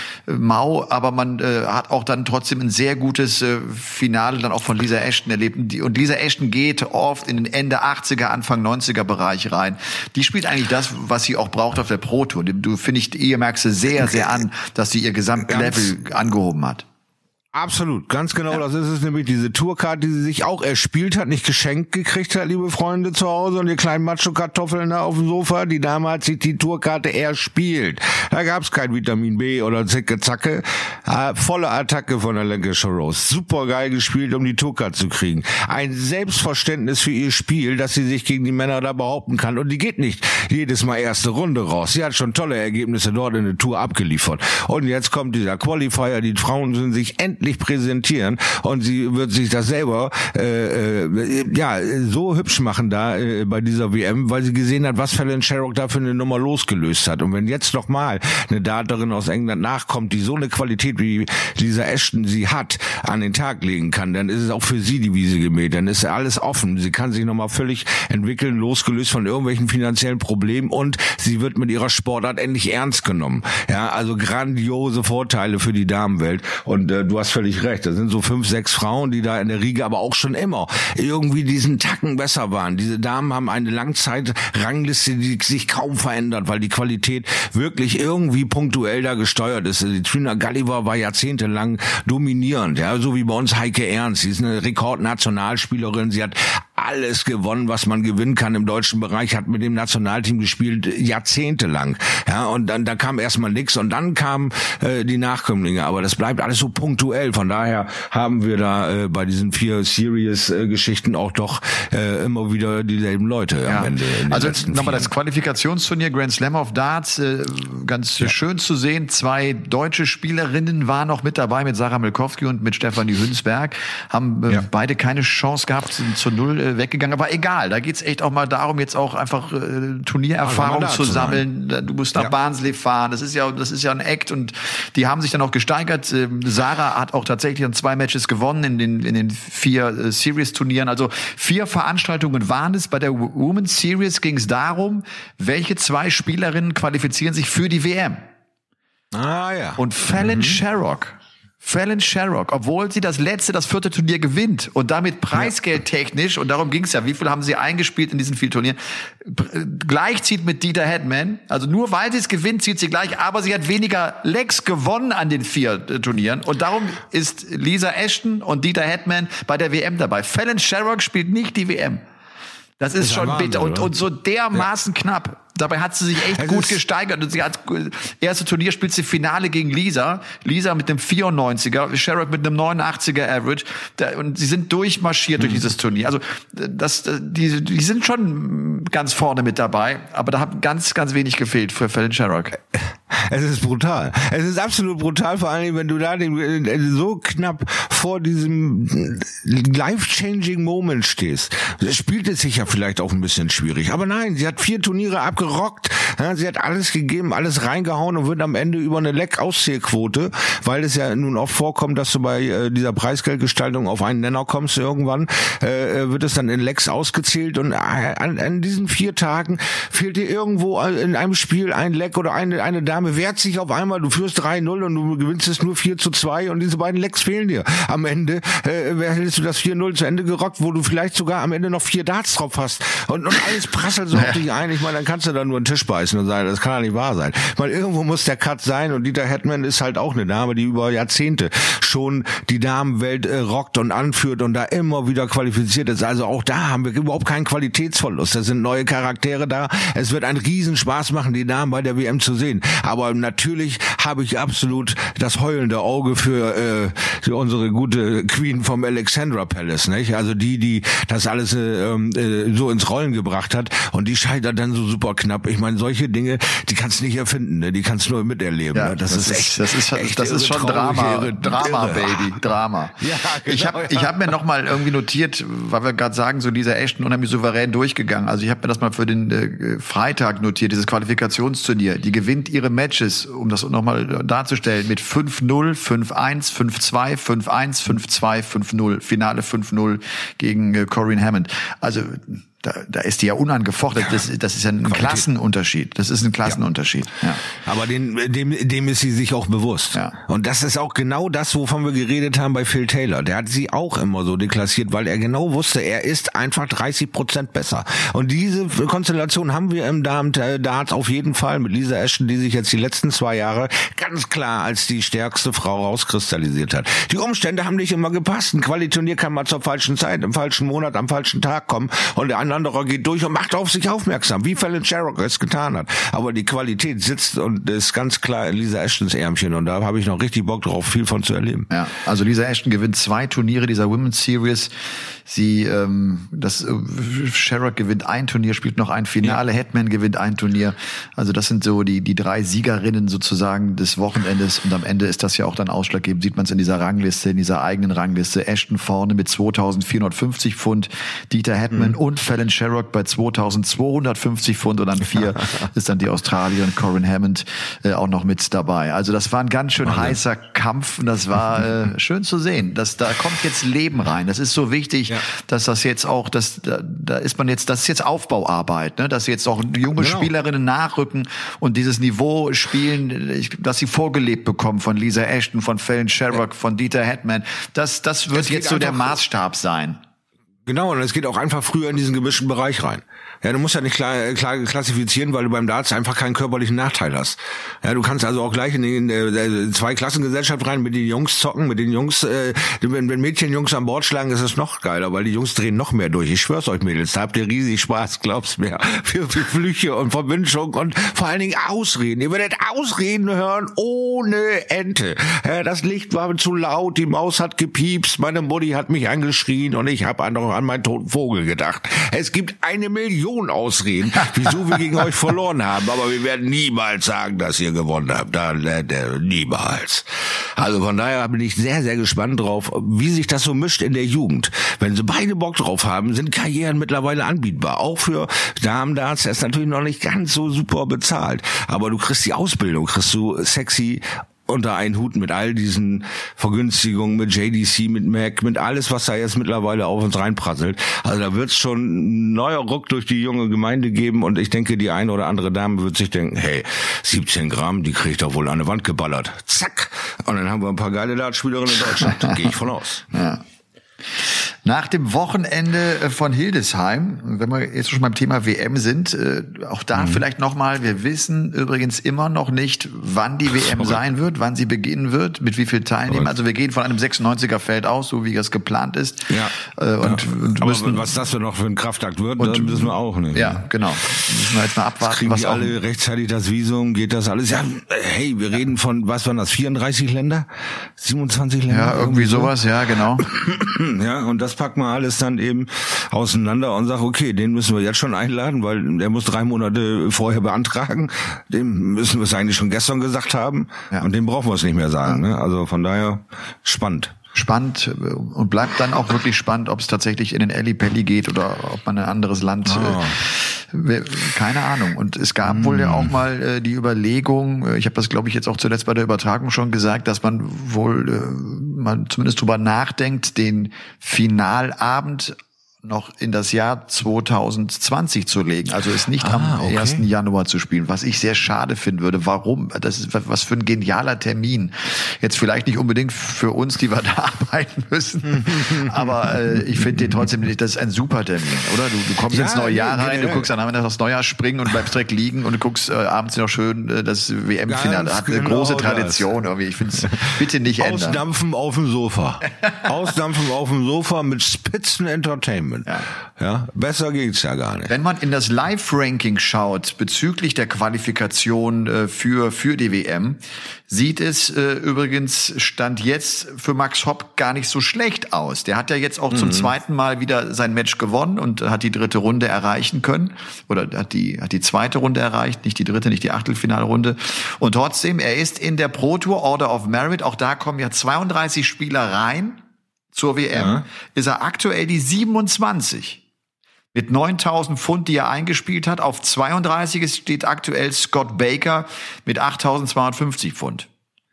mau, aber man hat auch dann trotzdem ein sehr gutes Finale dann auch von Lisa Ashton erlebt. Und Lisa Ashton geht oft in den Ende 80er, Anfang 90er Bereich rein. Die spielt eigentlich das, was sie auch braucht auf der Pro Tour. Ihr merkst du sehr, sehr an, dass sie ihr Gesamtlevel angehoben hat. Absolut, ganz genau, das ist es nämlich, diese Tourcard, die sie sich auch erspielt hat, nicht geschenkt gekriegt hat, liebe Freunde zu Hause und die kleinen Macho-Kartoffeln da auf dem Sofa, die Dame hat sich die Tourkarte erspielt. Da gab's kein Vitamin B oder Zicke-Zacke, volle Attacke von der Lancashire Rose, super geil gespielt, um die Tourcard zu kriegen. Ein Selbstverständnis für ihr Spiel, dass sie sich gegen die Männer da behaupten kann und die geht nicht jedes Mal erste Runde raus. Sie hat schon tolle Ergebnisse dort in der Tour abgeliefert. Und jetzt kommt dieser Qualifier, die Frauen sind sich endlich präsentieren und sie wird sich das selber so hübsch machen da bei dieser WM, weil sie gesehen hat, was Fallon Sherrock da für eine Nummer losgelöst hat. Und wenn jetzt noch mal eine Darterin aus England nachkommt, die so eine Qualität wie Lisa Ashton sie hat, an den Tag legen kann, dann ist es auch für sie die Wiese gemäht. Dann ist alles offen. Sie kann sich noch mal völlig entwickeln, losgelöst von irgendwelchen finanziellen Problemen und sie wird mit ihrer Sportart endlich ernst genommen. Ja, also grandiose Vorteile für die Damenwelt. Und du hast völlig recht. Da sind so 5, 6 Frauen, die da in der Riege aber auch schon immer irgendwie diesen Tacken besser waren. Diese Damen haben eine Langzeitrangliste, die sich kaum verändert, weil die Qualität wirklich irgendwie punktuell da gesteuert ist. Die Trina Gulliver war jahrzehntelang dominierend, ja, so wie bei uns Heike Ernst. Sie ist eine Rekordnationalspielerin. Sie hat alles gewonnen, was man gewinnen kann im deutschen Bereich, hat mit dem Nationalteam gespielt, jahrzehntelang. Ja, und dann da kam erstmal nichts und dann kamen die Nachkömmlinge. Aber das bleibt alles so punktuell. Von daher haben wir da bei diesen 4 Series-Geschichten auch doch immer wieder dieselben Leute am Ende. Also nochmal das Qualifikationsturnier Grand Slam of Darts, ganz schön zu sehen. 2 deutsche Spielerinnen waren noch mit dabei, mit Sarah Milkowski und mit Stefanie Hünsberg. Haben beide keine Chance gehabt, sind zur 0 weggegangen. Aber egal, da geht's echt auch mal darum, jetzt auch einfach Turniererfahrung zu sammeln. Du musst nach Barnsley fahren. Das ist ja ein Act und die haben sich dann auch gesteigert. Sarah hat auch tatsächlich dann 2 Matches gewonnen in den 4 Series-Turnieren. Also 4 Veranstaltungen waren es. Bei der Women's Series ging es darum, welche 2 Spielerinnen qualifizieren sich für die WM. Und Fallon Sherrock, obwohl sie das 4. Turnier gewinnt und damit preisgeldtechnisch, und darum ging es ja, wie viel haben sie eingespielt in diesen 4 Turnieren, gleich zieht mit Dieter Hetman. Also nur weil sie es gewinnt, zieht sie gleich, aber sie hat weniger Legs gewonnen an den 4 Turnieren. Und darum ist Lisa Ashton und Dieter Hetman bei der WM dabei. Fallon Sherrock spielt nicht die WM. Das ist schon Wahnsinn, bitter und so dermaßen knapp. Dabei hat sie sich echt gut gesteigert. Und sie hat erste Turnier spielt sie Finale gegen Lisa. Lisa mit einem 94er, Sherrock mit einem 89er Average. Und sie sind durchmarschiert durch dieses Turnier. Also die sind schon ganz vorne mit dabei. Aber da hat ganz, ganz wenig gefehlt für Fallon Sherrock. Es ist brutal. Es ist absolut brutal, vor allem, wenn du da so knapp vor diesem life-changing Moment stehst. Spielt es sich ja vielleicht auch ein bisschen schwierig. Aber nein, sie hat 4 Turniere abgerockt. Ja, sie hat alles gegeben, alles reingehauen und wird am Ende über eine Leck-Auszählquote, weil es ja nun oft vorkommt, dass du bei dieser Preisgeldgestaltung auf einen Nenner kommst irgendwann, wird es dann in Lecks ausgezählt und an diesen 4 Tagen fehlt dir irgendwo in einem Spiel ein Leck oder eine Dame wehrt sich auf einmal, du führst 3-0 und du gewinnst es nur 4-2 und diese beiden Lecks fehlen dir. Am Ende hättest du das 4-0 zu Ende gerockt, wo du vielleicht sogar am Ende noch 4 Darts drauf hast und alles prasselt so auf dich ein. Ich meine, dann kannst du da nur einen Tisch beißen und sagen, das kann ja nicht wahr sein. Ich meine, irgendwo muss der Cut sein und Dieter Hetman ist halt auch eine Dame, die über Jahrzehnte schon die Damenwelt rockt und anführt und da immer wieder qualifiziert ist. Also auch da haben wir überhaupt keinen Qualitätsverlust. Da sind neue Charaktere da. Es wird einen Riesenspaß machen, die Damen bei der WM zu sehen. Aber natürlich habe ich absolut das heulende Auge für unsere gute Queen vom Alexandra Palace, nicht? Also die das alles so ins Rollen gebracht hat und die scheitert dann so super knapp. Ich meine, solche Dinge, die kannst du nicht erfinden, ne? Die kannst du nur miterleben. Ja, ne? Das ist schon Drama, Baby, Drama. Ja, genau, ich hab mir noch mal irgendwie notiert, weil wir gerade sagen, so Lisa Ashton unheimlich souverän durchgegangen. Also ich habe mir das mal für den Freitag notiert, dieses Qualifikationsturnier. Die gewinnt ihre Matches, um das nochmal darzustellen, mit 5-0, 5-1, 5-2, 5-1, 5-2, 5-0. Finale 5-0 gegen Corinne Hammond. Also da ist die ja unangefochten. Das ist ja ein Klassenunterschied. Das ist ein Klassenunterschied. Ja. Aber dem ist sie sich auch bewusst. Ja. Und das ist auch genau das, wovon wir geredet haben bei Phil Taylor. Der hat sie auch immer so deklassiert, weil er genau wusste, er ist einfach 30% besser. Und diese Konstellation haben wir im Damen-Darts auf jeden Fall mit Lisa Ashton, die sich jetzt die letzten 2 Jahre ganz klar als die stärkste Frau rauskristallisiert hat. Die Umstände haben nicht immer gepasst. Ein Qualiturnier kann mal zur falschen Zeit, im falschen Monat, am falschen Tag kommen und der anderer geht durch und macht auf sich aufmerksam, wie Fallon Sherrock es getan hat. Aber die Qualität sitzt und ist ganz klar in Lisa Ashtons Ärmchen und da habe ich noch richtig Bock drauf, viel von zu erleben. Ja, also Lisa Ashton gewinnt 2 Turniere dieser Women's Series. Sherrock gewinnt ein Turnier, spielt noch ein Finale. Ja. Hetman gewinnt ein Turnier. Also das sind so die 3 Siegerinnen sozusagen des Wochenendes und am Ende ist das ja auch dann ausschlaggebend. Sieht man es in dieser Rangliste, in dieser eigenen Rangliste. Ashton vorne mit 2.450 Pfund, Dieter Hetman und Fallon Sherrock bei 2.250 Pfund und an 4 ist dann die Australierin Corinne Hammond auch noch mit dabei. Also das war ein ganz schön heißer Kampf und das war schön zu sehen. Da kommt jetzt Leben rein. Das ist so wichtig, dass das jetzt auch, das ist jetzt Aufbauarbeit, ne? Dass jetzt auch junge Spielerinnen nachrücken und dieses Niveau spielen, dass sie vorgelebt bekommen von Lisa Ashton, von Fallon Sherrock, von Dieter Hetman. Das wird jetzt so der Maßstab sein. Genau, und es geht auch einfach früher in diesen gemischten Bereich rein. Ja, du musst ja nicht klar klassifizieren, weil du beim Darts einfach keinen körperlichen Nachteil hast. Ja, du kannst also auch gleich in die Zwei-Klassengesellschaft rein, mit den Jungs zocken, mit den Jungs, wenn Mädchen Jungs an Bord schlagen, ist es noch geiler, weil die Jungs drehen noch mehr durch. Ich schwör's euch, Mädels, da habt ihr riesig Spaß, glaub's mir. Für Flüche und Verwünschung und vor allen Dingen Ausreden. Ihr werdet Ausreden hören ohne Ente. Ja, das Licht war zu laut, die Maus hat gepiepst, meine Mutti hat mich angeschrien und ich habe an meinen toten Vogel gedacht. Es gibt 1 Million Ausreden, wieso wir gegen euch verloren haben, aber wir werden niemals sagen, dass ihr gewonnen habt. Niemals. Also von daher bin ich sehr, sehr gespannt drauf, wie sich das so mischt in der Jugend. Wenn sie beide Bock drauf haben, sind Karrieren mittlerweile anbietbar. Auch für Damen-Darts, ist natürlich noch nicht ganz so super bezahlt. Aber du kriegst die Ausbildung, kriegst du sexy unter einen Hut mit all diesen Vergünstigungen, mit JDC, mit Mac, mit alles, was da jetzt mittlerweile auf uns reinprasselt. Also da wird's schon ein neuer Ruck durch die junge Gemeinde geben und ich denke, die eine oder andere Dame wird sich denken, hey, 17 Gramm, die krieg ich doch wohl an die Wand geballert. Zack! Und dann haben wir ein paar geile Dartspielerinnen in Deutschland. Da gehe ich von aus. Ja. Nach dem Wochenende von Hildesheim, wenn wir jetzt schon beim Thema WM sind, auch da vielleicht nochmal, wir wissen übrigens immer noch nicht, wann die WM sein wird, wann sie beginnen wird, mit wie vielen Teilnehmern. Also wir gehen von einem 96er-Feld aus, so wie das geplant ist. Ja. Und aber was das für noch für ein Kraftakt wird, das wissen wir auch nicht. Ja, genau. Müssen wir jetzt mal abwarten. Kriegen was die alle rechtzeitig das Visum, geht das alles? Ja, hey, wir reden von, was waren das, 34 Länder? 27 Länder? Ja, irgendwie sowas, ja, genau. Ja, und das packen wir alles dann eben auseinander und sagen, okay, den müssen wir jetzt schon einladen, weil der muss 3 Monate vorher beantragen. Dem müssen wir es eigentlich schon gestern gesagt haben. Ja. Und dem brauchen wir es nicht mehr sagen. Ja. Ne? Also von daher spannend. Spannend und bleibt dann auch wirklich spannend, ob es tatsächlich in den Ellipelli geht oder ob man ein anderes Land, keine Ahnung. Und es gab wohl ja auch mal die Überlegung, ich habe das glaube ich jetzt auch zuletzt bei der Übertragung schon gesagt, dass man wohl mal zumindest drüber nachdenkt, den Finalabend noch in das Jahr 2020 zu legen. Also es nicht am 1. Januar zu spielen, was ich sehr schade finden würde. Warum? Das ist was für ein genialer Termin. Jetzt vielleicht nicht unbedingt für uns, die wir da arbeiten müssen, aber ich finde den trotzdem, das ist ein super Termin, oder? Du kommst ins neue Jahr rein, du guckst dann das Neujahr springen und bleibst direkt liegen und du guckst abends noch schön das WM-Finale. Hat eine große Tradition irgendwie. Ich finde es bitte nicht ändern. Ausdampfen auf dem Sofa. Ausdampfen auf dem Sofa mit Spitzen-Entertainment. Ja, besser geht's ja gar nicht. Wenn man in das Live-Ranking schaut bezüglich der Qualifikation für die WM, sieht es übrigens Stand jetzt für Max Hopp gar nicht so schlecht aus. Der hat ja jetzt auch zum zweiten Mal wieder sein Match gewonnen und hat die 3. Runde erreichen können. Oder hat die 2. Runde erreicht, nicht die 3., nicht die Achtelfinalrunde. Und trotzdem, er ist in der Pro Tour Order of Merit. Auch da kommen ja 32 Spieler rein. Zur WM ist er aktuell die 27. Mit 9.000 Pfund, die er eingespielt hat. Auf 32 steht aktuell Scott Baker mit 8.250 Pfund.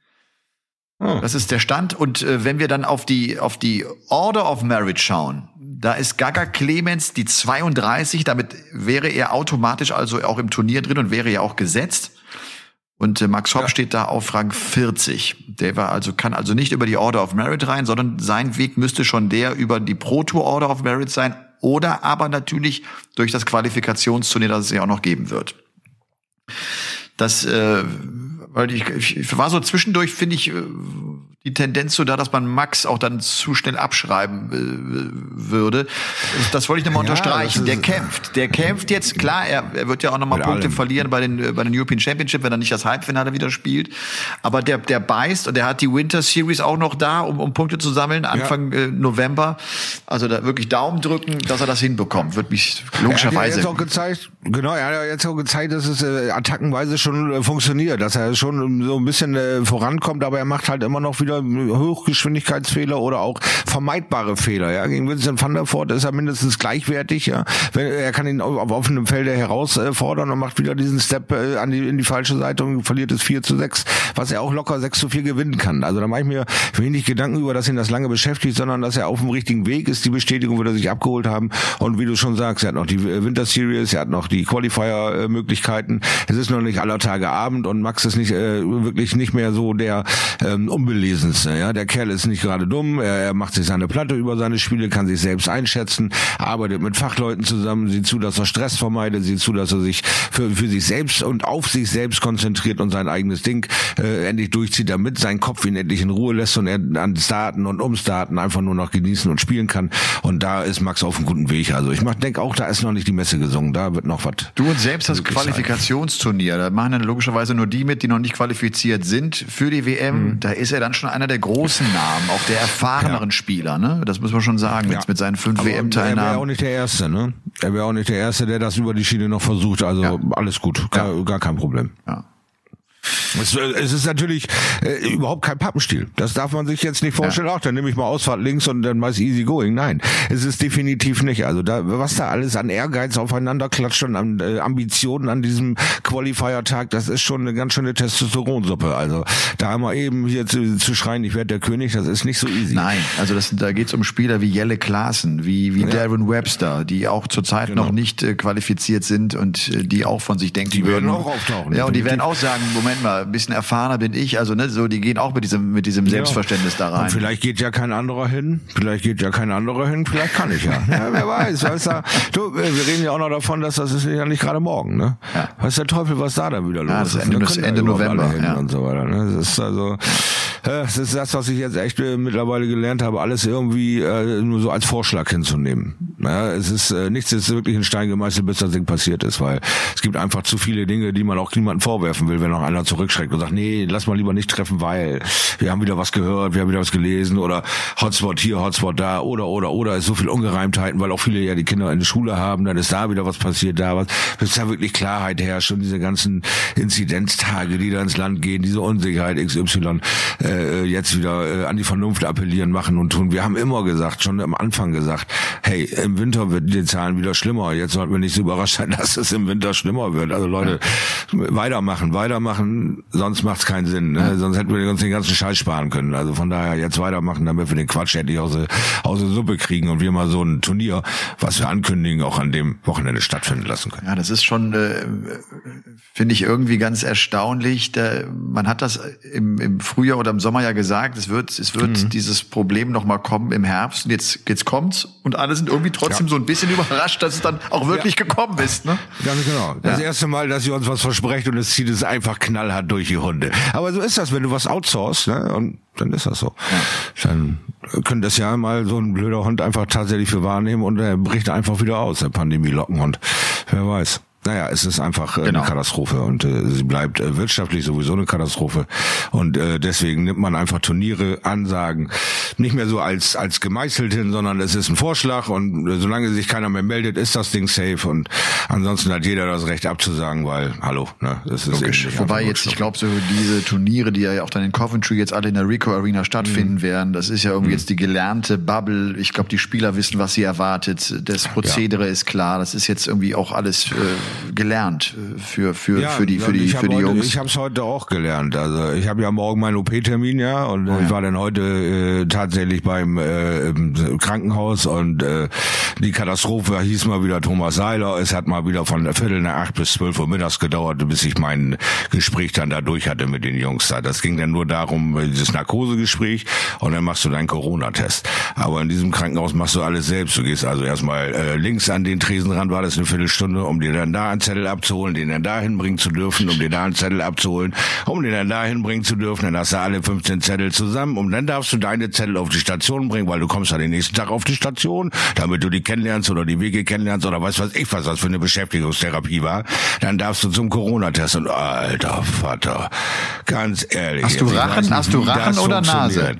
Das ist der Stand. Und wenn wir dann auf die Order of Merit schauen, da ist Gaga Clemens die 32. Damit wäre er automatisch also auch im Turnier drin und wäre ja auch gesetzt. Und Max Hopp steht da auf Rang 40. Der kann also nicht über die Order of Merit rein, sondern sein Weg müsste schon der über die Pro Tour Order of Merit sein oder aber natürlich durch das Qualifikationsturnier, das es ja auch noch geben wird. Das, weil ich war so zwischendurch, finde ich, die Tendenz so da, dass man Max auch dann zu schnell abschreiben würde. Das wollte ich nochmal unterstreichen. Der kämpft jetzt, klar, er wird ja auch nochmal Punkte verlieren bei den European Championship, wenn er nicht das Halbfinale wieder spielt. Aber der beißt und der hat die Winter Series auch noch da, um Punkte zu sammeln, Anfang November. Also da wirklich Daumen drücken, dass er das hinbekommt. Wird mich logischerweise. Er hat ja jetzt auch gezeigt, dass es attackenweise schon funktioniert, dass er schon so ein bisschen vorankommt, aber er macht halt immer noch wieder Hochgeschwindigkeitsfehler oder auch vermeidbare Fehler. Ja, gegen Vincent van der Voort ist er mindestens gleichwertig. Ja, er kann ihn auf offenem Felder herausfordern und macht wieder diesen Step in die falsche Seite und verliert es 4-6, was er auch locker 6-4 gewinnen kann. Also da mache ich mir wenig Gedanken über, dass ihn das lange beschäftigt, sondern dass er auf dem richtigen Weg ist. Die Bestätigung wird er sich abgeholt haben und wie du schon sagst, er hat noch die Winter Series, er hat noch die Qualifier-Möglichkeiten. Es ist noch nicht aller Tage Abend und Max ist nicht wirklich nicht mehr so der Unbelesenste. Ja, der Kerl ist nicht gerade dumm, er macht sich seine Platte über seine Spiele, kann sich selbst einschätzen, arbeitet mit Fachleuten zusammen, sieht zu, dass er Stress vermeidet, sieht zu, dass er sich für sich selbst und auf sich selbst konzentriert und sein eigenes Ding endlich durchzieht, damit sein Kopf ihn endlich in Ruhe lässt und er an Starten und Umstarten einfach nur noch genießen und spielen kann. Und da ist Max auf einem guten Weg. Also ich denke auch, da ist noch nicht die Messe gesungen, da wird noch was. Du und selbst das Qualifikationsturnier, da machen dann logischerweise nur die mit, die noch nicht qualifiziert sind für die WM. Da ist er dann schon einer der großen Namen, auch der erfahreneren Spieler, ne? Das muss man schon sagen, mit seinen 5 WM-Teilnahmen. Er wäre auch nicht der Erste, ne? Er wäre auch nicht der Erste, der das über die Schiene noch versucht. Also alles gut, gar kein Problem. Ja. Es ist natürlich überhaupt kein Pappenstiel. Das darf man sich jetzt nicht vorstellen. Ach, dann nehme ich mal Ausfahrt links und dann meist easy going. Nein, es ist definitiv nicht. Also was da alles an Ehrgeiz aufeinander klatscht und an Ambitionen an diesem Qualifier-Tag, das ist schon eine ganz schöne Testosteronsuppe. Also da mal eben hier zu schreien, ich werde der König, das ist nicht so easy. Nein, also da geht's um Spieler wie Jelle Klaassen, wie Darren Webster, die auch zurzeit noch nicht qualifiziert sind und die auch von sich denken die würden. Die werden auch auftauchen. Ja, und die werden auch sagen, Moment mal, ein bisschen erfahrener bin ich, also ne, so die gehen auch mit diesem Selbstverständnis da rein. Und vielleicht geht ja kein anderer hin, vielleicht kann ich ja. Ja, wer weiß, weißt du, wir reden ja auch noch davon, dass das ist ja nicht gerade morgen, ne? Ja. Weiß der Teufel, was da dann wieder los ist. Das Ende November, und so weiter, ne? Das ist also, das ist das, was ich jetzt echt mittlerweile gelernt habe, alles irgendwie nur so als Vorschlag hinzunehmen. Ja, es ist nichts ist wirklich in Stein gemeißelt, bis das Ding passiert ist, weil es gibt einfach zu viele Dinge, die man auch niemandem vorwerfen will, wenn noch einer zurückschreckt und sagt, nee, lass mal lieber nicht treffen, weil wir haben wieder was gehört, wir haben wieder was gelesen oder Hotspot hier, Hotspot da oder ist so viel Ungereimtheiten, weil auch viele ja die Kinder in der Schule haben, dann ist da wieder was passiert, bis da wirklich Klarheit herrscht und diese ganzen Inzidenztage, die da ins Land gehen, diese Unsicherheit XY jetzt wieder an die Vernunft appellieren, machen und tun. Wir haben immer gesagt, schon am Anfang gesagt, hey, im Winter wird die Zahlen wieder schlimmer. Jetzt sollten wir nicht so überrascht sein, dass es im Winter schlimmer wird. Also Leute, weitermachen, sonst macht's keinen Sinn. Ne? Sonst hätten wir uns den ganzen Scheiß sparen können. Also von daher jetzt weitermachen, damit wir den Quatsch endlich aus der Suppe kriegen und wir mal so ein Turnier, was wir ankündigen, auch an dem Wochenende stattfinden lassen können. Ja, das ist schon, finde ich irgendwie ganz erstaunlich. Man hat das im Frühjahr oder im Sommer ja gesagt, es wird dieses Problem noch mal kommen im Herbst und jetzt kommt's und alle sind irgendwie trotzdem so ein bisschen überrascht, dass es dann auch wirklich gekommen ist. Ne? Ganz genau. Das erste Mal, dass ihr uns was versprecht und es zieht es einfach knallhart durch die Hunde. Aber so ist das, wenn du was outsourcest, ne? Und dann ist das so. Ja. Dann könnte das ja mal so ein blöder Hund einfach tatsächlich für wahrnehmen und er bricht einfach wieder aus, der Pandemie-Lockenhund. Wer weiß. Naja, es ist einfach eine Katastrophe und sie bleibt wirtschaftlich sowieso eine Katastrophe und deswegen nimmt man einfach Turniere, Ansagen nicht mehr so als gemeißelt hin, sondern es ist ein Vorschlag und solange sich keiner mehr meldet, ist das Ding safe und ansonsten hat jeder das Recht abzusagen, weil, das ist logisch. Wobei jetzt, ich glaube, so diese Turniere, die ja auch dann in Coventry jetzt alle in der Ricoh Arena stattfinden werden, das ist ja irgendwie jetzt die gelernte Bubble. Ich glaube, die Spieler wissen, was sie erwartet. Das Prozedere ist klar. Das ist jetzt irgendwie auch alles gelernt für die Jungs. Ich habe es heute auch gelernt. Also ich habe ja morgen meinen OP-Termin und ich war dann heute tatsächlich beim Krankenhaus und die Katastrophe hieß mal wieder Thomas Seiler. Es hat mal wieder von 7:45 bis 12 Uhr mittags gedauert, bis ich mein Gespräch dann da durch hatte mit den Jungs. Das ging dann nur darum, dieses Narkosegespräch und dann machst du deinen Corona-Test. Aber in diesem Krankenhaus machst du alles selbst. Du gehst also erstmal links an den Tresen ran, war das eine Viertelstunde, um dir dann da einen Zettel abzuholen, den dann dahin bringen zu dürfen, um dir da einen Zettel abzuholen, um den dann dahin bringen zu dürfen. Dann hast du alle 15 Zettel zusammen und dann darfst du deine Zettel auf die Station bringen, weil du kommst ja den nächsten Tag auf die Station, damit du die kennenlernst oder die Wege kennenlernst oder was das für eine Beschäftigungstherapie war. Dann darfst du zum Corona-Test und alter Vater, ganz ehrlich. Hast du Rachen oder Nase?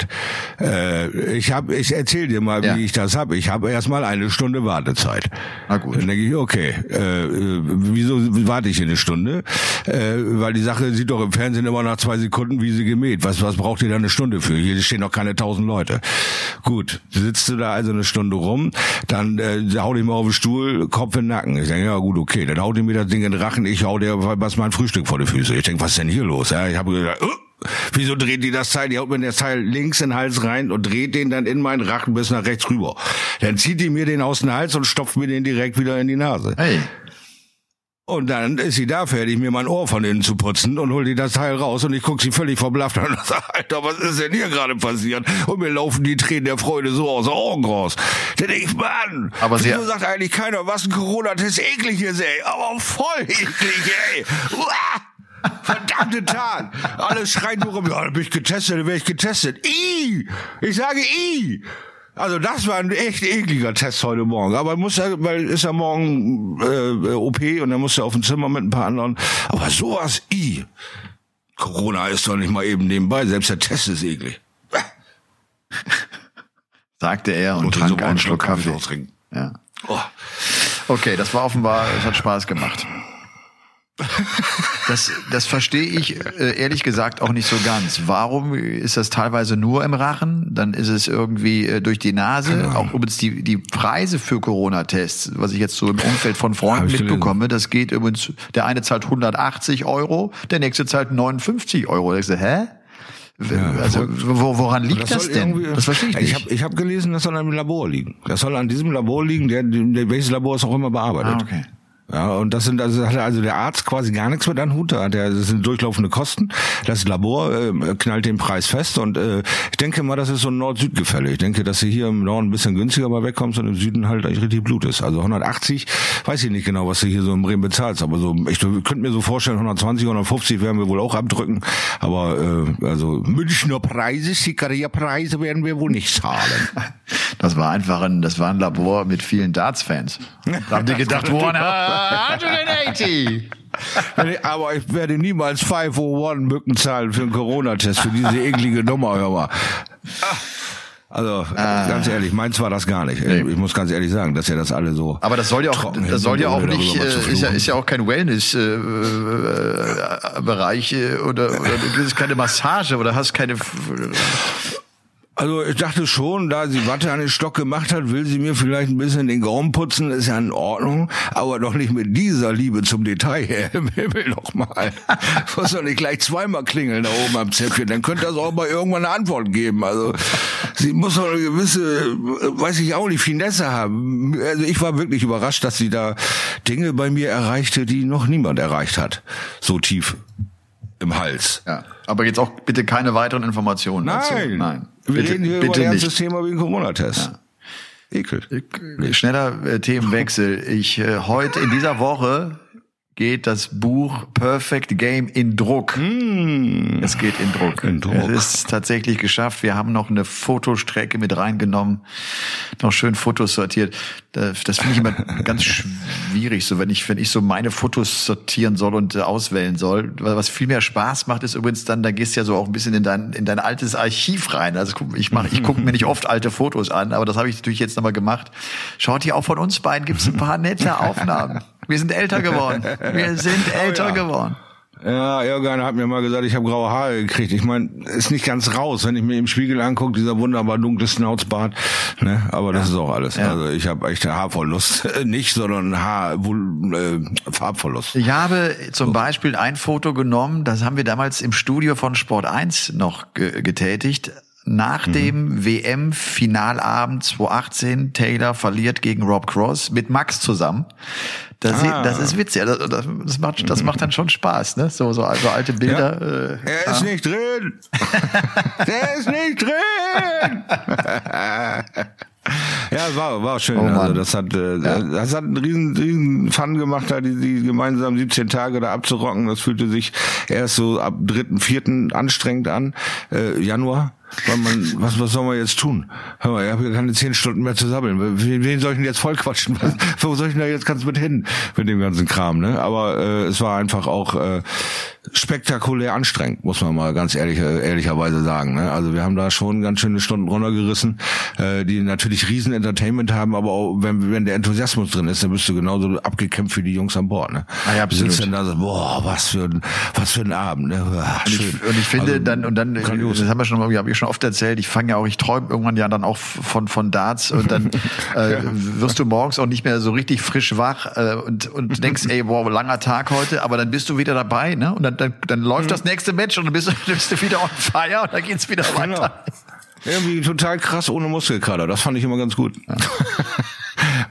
Ich erzähl dir mal, wie ich das habe. Ich habe erstmal eine Stunde Wartezeit. Na gut. Dann denke ich, okay, wieso warte ich eine Stunde? Weil die Sache sieht doch im Fernsehen immer nach 2 Sekunden, wie sie gemäht. Was braucht ihr da eine Stunde für? Hier stehen noch keine 1000 Leute. Gut, sitzt du da also eine Stunde rum, dann hau dich mal auf den Stuhl, Kopf in den Nacken. Ich denke, ja gut, okay, dann haut ihr mir das Ding in den Rachen, ich hau dir was mein Frühstück vor die Füße. Ich denke, was ist denn hier los? Ja, ich habe gesagt, wieso dreht die das Teil? Die haut mir das Teil links in den Hals rein und dreht den dann in meinen Rachen bis nach rechts rüber. Dann zieht die mir den aus dem Hals und stopft mir den direkt wieder in die Nase. Hey. Und dann ist sie da fertig, mir mein Ohr von innen zu putzen und holt die das Teil raus und ich guck sie völlig verblasst an und sag, Alter, was ist denn hier gerade passiert? Und mir laufen die Tränen der Freude so aus den Augen raus. Da denk ich, Mann, aber wieso sagt eigentlich keiner, was ein Corona-Test eklig ist, ey? Aber voll eklig, ey. Uah! Verdammte Tag. Alle schreien nur rum, ja, da bin ich getestet, da werde ich getestet. Ich sage Also das war ein echt ekliger Test heute Morgen. Aber weil ist ja morgen OP und dann muss er auf dem Zimmer mit ein paar anderen. Aber sowas, Corona ist doch nicht mal eben nebenbei. Selbst der Test ist eklig. Sagte er und trank einen Schluck Kaffee. Ja. Oh. Okay, das war offenbar, es hat Spaß gemacht. Das verstehe ich ehrlich gesagt auch nicht so ganz. Warum ist das teilweise nur im Rachen? Dann ist es irgendwie durch die Nase. Genau. Auch übrigens die Preise für Corona-Tests, was ich jetzt so im Umfeld von Freunden mitbekomme, das geht übrigens, der eine zahlt 180 €, der nächste zahlt 59 €. Da denkst du, hä? Ja, also woran liegt das denn? Das verstehe ich nicht. Ich hab gelesen, das soll an dem Labor liegen. Das soll an diesem Labor liegen, welches Labor ist auch immer bearbeitet. Okay. Ja, und das hat also der Arzt quasi gar nichts mit an Hut. Das sind durchlaufende Kosten. Das Labor knallt den Preis fest und ich denke mal, das ist so ein Nord-Süd-Gefälle. Ich denke, dass du hier im Norden ein bisschen günstiger mal wegkommst und im Süden halt richtig Blut ist. Also 180, weiß ich nicht genau, was du hier so in Bremen bezahlst, aber so, ich könnte mir so vorstellen, 120, 150 werden wir wohl auch abdrücken. Aber also Münchner Preise, Schickeria-Preise werden wir wohl nicht zahlen. Das war ein Labor mit vielen Darts-Fans. Da haben die gedacht, 180. Aber ich werde niemals 501 Mücken zahlen für einen Corona-Test, für diese eklige Nummer, hör mal. Also, ganz ehrlich, meins war das gar nicht. Nee. Ich muss ganz ehrlich sagen, dass ja das alle so. Aber das soll ja auch nicht, ist ja auch kein Wellness-Bereich, oder du kriegst keine Massage oder hast keine. Also ich dachte schon, da sie Watte an den Stock gemacht hat, will sie mir vielleicht ein bisschen den Gaumen putzen, ist ja in Ordnung, aber doch nicht mit dieser Liebe zum Detail, Herr Himmel noch mal. Muss doch nicht gleich zweimal klingeln da oben am Zäpfchen, dann könnte das auch mal irgendwann eine Antwort geben. Also sie muss doch eine gewisse, weiß ich auch nicht, Finesse haben. Also ich war wirklich überrascht, dass sie da Dinge bei mir erreichte, die noch niemand erreicht hat. So tief im Hals. Ja, aber jetzt auch bitte keine weiteren Informationen dazu. Nein. Wir reden hier über ein ernstes Thema wie ein Corona-Test. Ja. Ekel. Schneller Themenwechsel. Heute in dieser Woche geht das Buch Perfect Game in Druck. Es geht in Druck. Es ist tatsächlich geschafft. Wir haben noch eine Fotostrecke mit reingenommen, noch schön Fotos sortiert. Das finde ich immer ganz schwierig, so wenn ich so meine Fotos sortieren soll und auswählen soll. Was viel mehr Spaß macht, ist übrigens dann, da gehst du ja so auch ein bisschen in dein altes Archiv rein. Also ich gucke mir nicht oft alte Fotos an, aber das habe ich natürlich jetzt nochmal gemacht. Schaut hier auch von uns beiden, gibt's ein paar nette Aufnahmen. Wir sind älter geworden. Geworden. Ja, Jürgen hat mir mal gesagt, ich habe graue Haare gekriegt. Ich meine, ist nicht ganz raus, wenn ich mir im Spiegel angucke, dieser wunderbar dunkle Schnauzbart. Ne? Aber das ist auch alles. Ja. Also ich habe echt Haarverlust. Nicht, sondern Farbverlust. Ich habe zum Beispiel ein Foto genommen, das haben wir damals im Studio von Sport 1 noch getätigt. Nach dem WM-Finalabend 2018, Taylor verliert gegen Rob Cross mit Max zusammen. Das ist witzig. Das macht dann schon Spaß, ne? So alte Bilder. Ja. Er ist nicht drin. Der ist nicht drin. Ja, war schön. Also das hat einen riesen Fun gemacht, da die gemeinsam 17 Tage da abzurocken. Das fühlte sich erst so ab 3., 4. anstrengend an, Januar. Weil was soll man jetzt tun? Hör mal, ich habe keine 10 Stunden mehr zu sammeln. Wen soll ich denn jetzt voll quatschen? Wo soll ich denn da jetzt ganz mit hin? Mit dem ganzen Kram, ne? Aber es war einfach auch spektakulär anstrengend, muss man mal ganz ehrlicherweise sagen, ne? Also wir haben da schon ganz schöne Stunden runtergerissen, die natürlich riesen Entertainment haben, aber auch, wenn der Enthusiasmus drin ist, dann bist du genauso abgekämpft wie die Jungs an Bord, ne? Ah, ja, du sitzt dann da so, boah, was für ein Abend, ne? Ach, schön. Und ich finde also, das haben wir habe ich schon oft erzählt, ich träume irgendwann ja dann auch von Darts und dann wirst du morgens auch nicht mehr so richtig frisch wach und denkst, ey, boah, langer Tag heute, aber dann bist du wieder dabei, ne? Und dann läuft das nächste Match und dann bist du wieder on fire und dann geht's wieder weiter. Irgendwie total krass ohne Muskelkater, das fand ich immer ganz gut. Ja.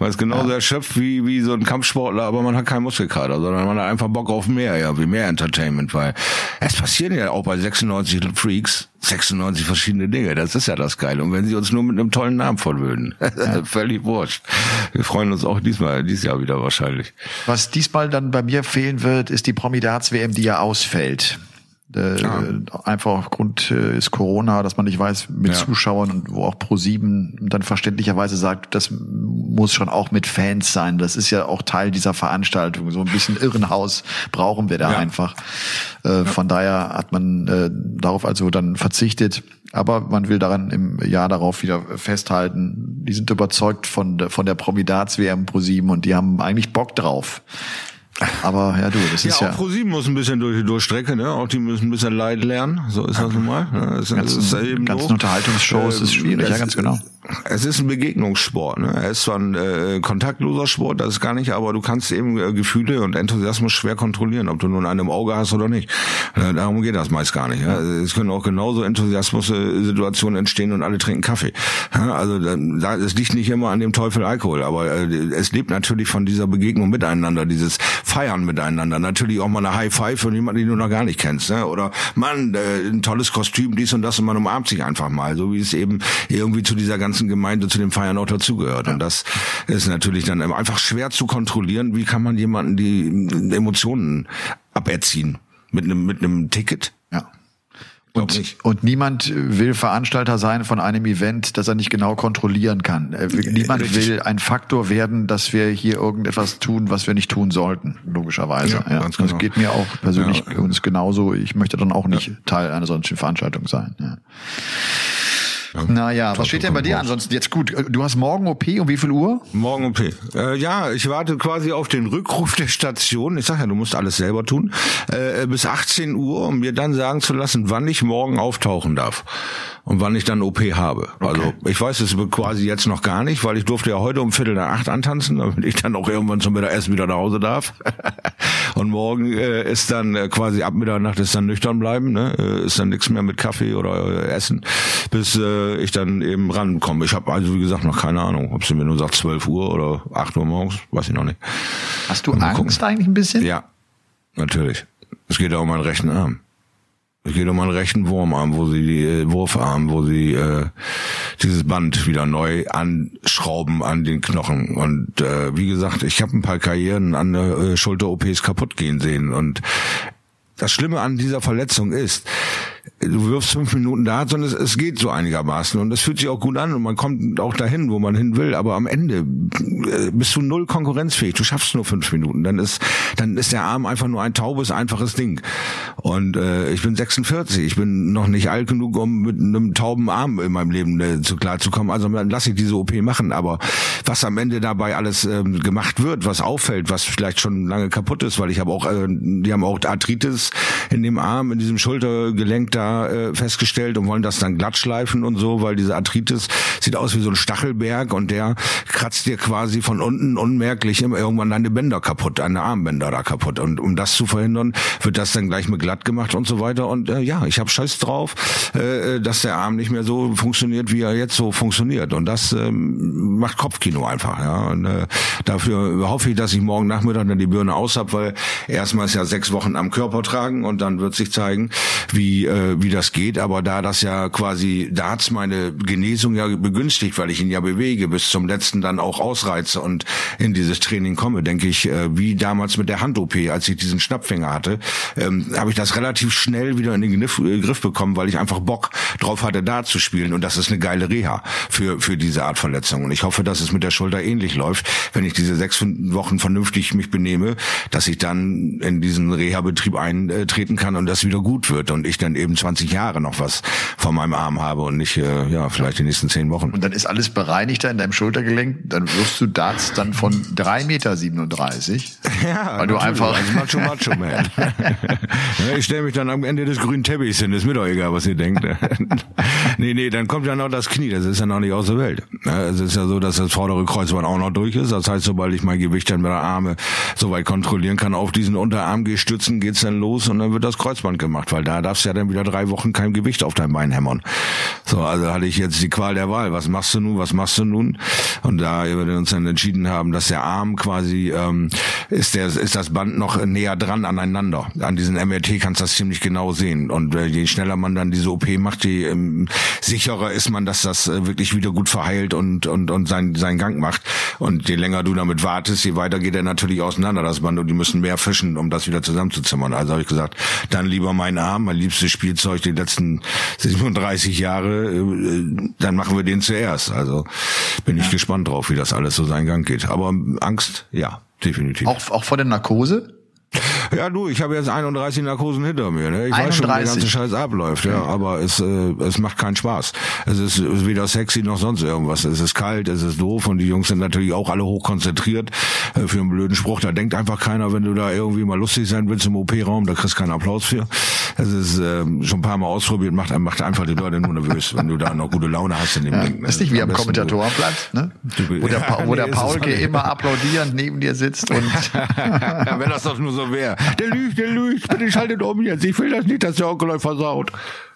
Man ist genauso erschöpft wie so ein Kampfsportler, aber man hat keinen Muskelkater, sondern man hat einfach Bock auf mehr, ja, wie mehr Entertainment, weil es passieren ja auch bei 96 Freaks 96 verschiedene Dinge. Das ist ja das Geile. Und wenn sie uns nur mit einem tollen Namen verwöhnen, völlig wurscht. Wir freuen uns auch dieses Jahr wieder wahrscheinlich. Was diesmal dann bei mir fehlen wird, ist die Promi-Darts-WM, die ja ausfällt. Einfach aufgrund ist Corona, dass man nicht weiß mit Zuschauern und wo auch Pro7 dann verständlicherweise sagt, das muss schon auch mit Fans sein. Das ist ja auch Teil dieser Veranstaltung. So ein bisschen Irrenhaus brauchen wir da einfach. Von daher hat man darauf also dann verzichtet. Aber man will daran im Jahr darauf wieder festhalten. Die sind überzeugt von der Promi-Darts-WM Pro7 und die haben eigentlich Bock drauf. Aber ja, das ist ja. Auch Pro7 muss ein bisschen durch die Durchstrecke, ne? Auch die müssen ein bisschen Leid lernen. So ist das nun mal. Ne? Ganzen Unterhaltungsshows ist schwierig, ja, ganz genau. Es ist ein Begegnungssport, ne? Er ist zwar ein kontaktloser Sport, das ist gar nicht, aber du kannst eben Gefühle und Enthusiasmus schwer kontrollieren, ob du nun einen im Auge hast oder nicht. Darum geht das meist gar nicht. Ja? Es können auch genauso Enthusiasmus-Situationen entstehen und alle trinken Kaffee. Ja? Also es liegt nicht immer an dem Teufel Alkohol, aber es lebt natürlich von dieser Begegnung miteinander, dieses Feiern miteinander. Natürlich auch mal eine High Five von jemandem, den du noch gar nicht kennst. Ne? Oder Mann, ein tolles Kostüm, dies und das, und man umarmt sich einfach mal, so wie es eben irgendwie zu dieser ganzen Gemeinde, zu dem Feiern auch dazugehört. Und das ist natürlich dann einfach schwer zu kontrollieren. Wie kann man jemanden die Emotionen aberziehen? Mit einem Ticket? Ja. Und niemand will Veranstalter sein von einem Event, das er nicht genau kontrollieren kann. Niemand will ein Faktor werden, dass wir hier irgendetwas tun, was wir nicht tun sollten, logischerweise. Ja, ganz genau. Das geht mir auch persönlich uns genauso. Ich möchte dann auch nicht Teil einer solchen Veranstaltung sein. Ja. Naja, was steht denn bei dir ansonsten jetzt gut? Du hast morgen OP, um wie viel Uhr? Morgen OP. Ich warte quasi auf den Rückruf der Station. Ich sag ja, du musst alles selber tun. Bis 18 Uhr, um mir dann sagen zu lassen, wann ich morgen auftauchen darf. Und wann ich dann OP habe. Okay. Also ich weiß es quasi jetzt noch gar nicht, weil ich durfte ja heute um 7:45 antanzen, damit ich dann auch irgendwann zum Mittagessen wieder nach Hause darf. Und morgen ist dann quasi ab Mitternacht ist dann nüchtern bleiben, ne? Ist dann nichts mehr mit Kaffee oder Essen, bis ich dann eben rankomme. Ich habe also wie gesagt noch keine Ahnung, ob sie mir nur sagt 12 Uhr oder 8 Uhr morgens, weiß ich noch nicht. Hast du Angst eigentlich ein bisschen? Ja, natürlich. Es geht ja um meinen rechten Arm. Es geht um einen rechten Wurfarm, wo sie dieses Band wieder neu anschrauben an den Knochen. Und wie gesagt, ich habe ein paar Karrieren an Schulter-OPs kaputt gehen sehen. Und das Schlimme an dieser Verletzung ist, du wirfst 5 Minuten Darts und es geht so einigermaßen und es fühlt sich auch gut an und man kommt auch dahin, wo man hin will, aber am Ende bist du null konkurrenzfähig, du schaffst nur 5 Minuten, dann ist der Arm einfach nur ein taubes, einfaches Ding und ich bin 46, ich bin noch nicht alt genug, um mit einem tauben Arm in meinem Leben klarzukommen, also dann lasse ich diese OP machen, aber was am Ende dabei alles gemacht wird, was auffällt, was vielleicht schon lange kaputt ist, weil die haben auch Arthritis in dem Arm, in diesem Schultergelenk da festgestellt und wollen das dann glatt schleifen und so, weil diese Arthritis sieht aus wie so ein Stachelberg und der kratzt dir quasi von unten unmerklich irgendwann deine Bänder kaputt, deine Armbänder da kaputt und um das zu verhindern, wird das dann gleich mit glatt gemacht und so weiter und ich habe Scheiß drauf, dass der Arm nicht mehr so funktioniert, wie er jetzt so funktioniert und das macht Kopfkino einfach, ja und dafür hoffe ich, dass ich morgen Nachmittag dann die Birne aus habe, weil erstmal ist ja 6 Wochen am Körper tragen und dann wird sich zeigen, wie das geht, aber da das ja quasi Darts meine Genesung ja begünstigt, weil ich ihn ja bewege, bis zum letzten dann auch ausreize und in dieses Training komme, denke ich, wie damals mit der Hand-OP, als ich diesen Schnappfinger hatte, habe ich das relativ schnell wieder in den Griff bekommen, weil ich einfach Bock drauf hatte, Darts zu spielen und das ist eine geile Reha für diese Art Verletzung und ich hoffe, dass es mit der Schulter ähnlich läuft, wenn ich diese 6 Wochen vernünftig mich benehme, dass ich dann in diesen Reha-Betrieb eintreten kann und das wieder gut wird und ich dann eben 20 Jahre noch was von meinem Arm habe und nicht, vielleicht die nächsten 10 Wochen. Und dann ist alles bereinigter in deinem Schultergelenk, dann wirst du Darts dann von 3,37 Meter. Ja, weil du einfach... Also Macho, man. Ich stelle mich dann am Ende des grünen Teppichs hin, ist mir doch egal, was ihr denkt. Nee, dann kommt ja noch das Knie, das ist ja noch nicht aus der Welt. Es ist ja so, dass das vordere Kreuzband auch noch durch ist, das heißt, sobald ich mein Gewicht dann mit der Arme soweit kontrollieren kann, auf diesen Unterarm stützen, geht's dann los und dann wird das Kreuzband gemacht, weil da darfst du ja dann wieder wieder 3 Wochen kein Gewicht auf dein Bein hämmern. So, also hatte ich jetzt die Qual der Wahl. Was machst du nun? Und da wir uns dann entschieden haben, dass der Arm quasi, ist das Band noch näher dran aneinander. An diesen MRT kannst du das ziemlich genau sehen. Und je schneller man dann diese OP macht, je sicherer ist man, dass das wirklich wieder gut verheilt und seinen Gang macht. Und je länger du damit wartest, je weiter geht er natürlich auseinander, das Band, und die müssen mehr fischen, um das wieder zusammenzuzimmern. Also habe ich gesagt, dann lieber mein Arm, mein liebstes Spielzeug die letzten 37 Jahre, dann machen wir den zuerst. Also bin ich gespannt drauf, wie das alles so seinen Gang geht. Aber Angst, ja, definitiv. Auch vor der Narkose? Ja, du, ich habe jetzt 31 Narkosen hinter mir. Ne? Ich weiß schon, wie der ganze Scheiß abläuft, ja, aber es macht keinen Spaß. Es ist weder sexy noch sonst irgendwas. Es ist kalt, es ist doof, und die Jungs sind natürlich auch alle hochkonzentriert für einen blöden Spruch. Da denkt einfach keiner, wenn du da irgendwie mal lustig sein willst im OP-Raum, da kriegst du keinen Applaus für. Es ist schon ein paar Mal ausprobiert, macht einfach die Leute nur nervös, wenn du da noch gute Laune hast in dem Ding. Ne? Ist nicht wie am Kommentatorenplatz, ne? Wo der Paulke immer applaudierend neben dir sitzt und ja, wenn das doch nur so wäre. Der lügt, bitte schaltet um jetzt. Ich will das nicht, dass der Onkel euch versaut.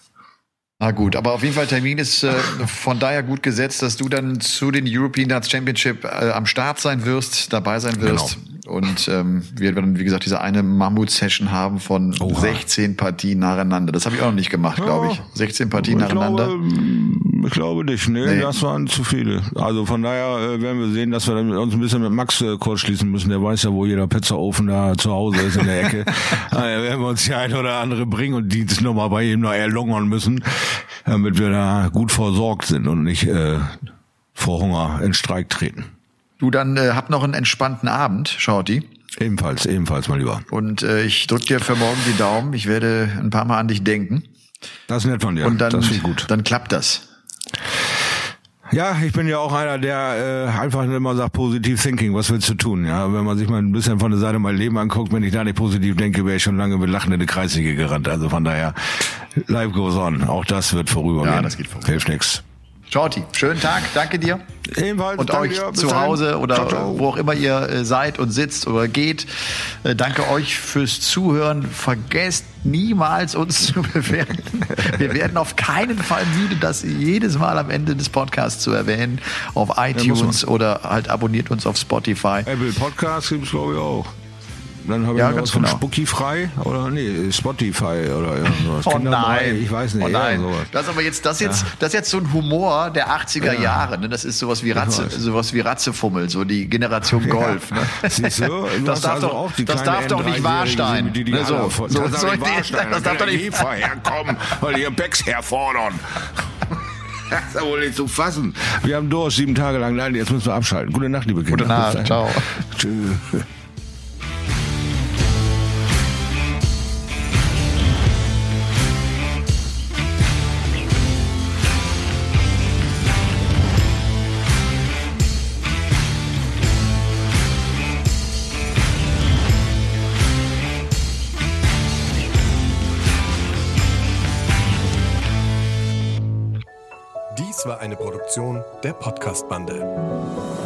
Na gut, aber auf jeden Fall Termin ist von daher gut gesetzt, dass du dann zu den European Darts Championship am Start sein wirst, dabei sein wirst. Genau. Und wir werden, wie gesagt, diese eine Mammut-Session haben von 16 Partien nacheinander. Das habe ich auch noch nicht gemacht, glaube ich. 16 Partien nacheinander. Ich glaube nicht. Nee, das waren zu viele. Also von daher werden wir sehen, dass wir dann uns ein bisschen mit Max kurz schließen müssen. Der weiß ja, wo jeder Pizzaofen da zu Hause ist in der Ecke. Da werden wir uns die eine oder andere bringen und die nochmal bei ihm noch erlungern müssen, damit wir da gut versorgt sind und nicht vor Hunger in Streik treten. Du, dann hab noch einen entspannten Abend, Shorty. Ebenfalls, mein Lieber. Und ich drück dir für morgen die Daumen. Ich werde ein paar Mal an dich denken. Das ist nett von dir. Und dann, das finde ich gut. Dann klappt das. Ja, ich bin ja auch einer, der einfach immer sagt, positiv thinking, was willst du tun? Ja, wenn man sich mal ein bisschen von der Seite mein Leben anguckt, wenn ich da nicht positiv denke, wäre ich schon lange mit Lachen in die Kreisliga gerannt. Also von daher, life goes on. Auch das wird vorübergehen. Ja, das geht vorüber. Hilft nix. Shorty, schönen Tag, danke dir. Ebenfalls. Und euch zu Hause oder wo auch immer ihr seid und sitzt oder geht. Danke euch fürs Zuhören. Vergesst niemals, uns zu bewerten. Wir werden auf keinen Fall müde, das jedes Mal am Ende des Podcasts zu erwähnen. Auf iTunes oder halt abonniert uns auf Spotify. Apple Podcasts gibt's, glaube ich, auch. Dann habe ich noch was von Spotify oder Spotify oder irgendwas. Oh nein. Ich weiß nicht. Oh nein. Das ist aber jetzt, das ist jetzt so ein Humor der 80er Jahre. Ne? Das ist sowas wie Ratzefummel, so die Generation Golf. Ne? Siehst du? Das darf doch nicht Warstein. Das darf doch nicht herkommen, weil die ihr Becks herfordern. Das ist ja wohl nicht zu fassen. Wir haben Durst 7 Tage lang. Nein, jetzt müssen wir abschalten. Gute Nacht, liebe Kinder. Gute Nacht. Ciao. Tschüss. Dies war eine Produktion der Podcast-Bande.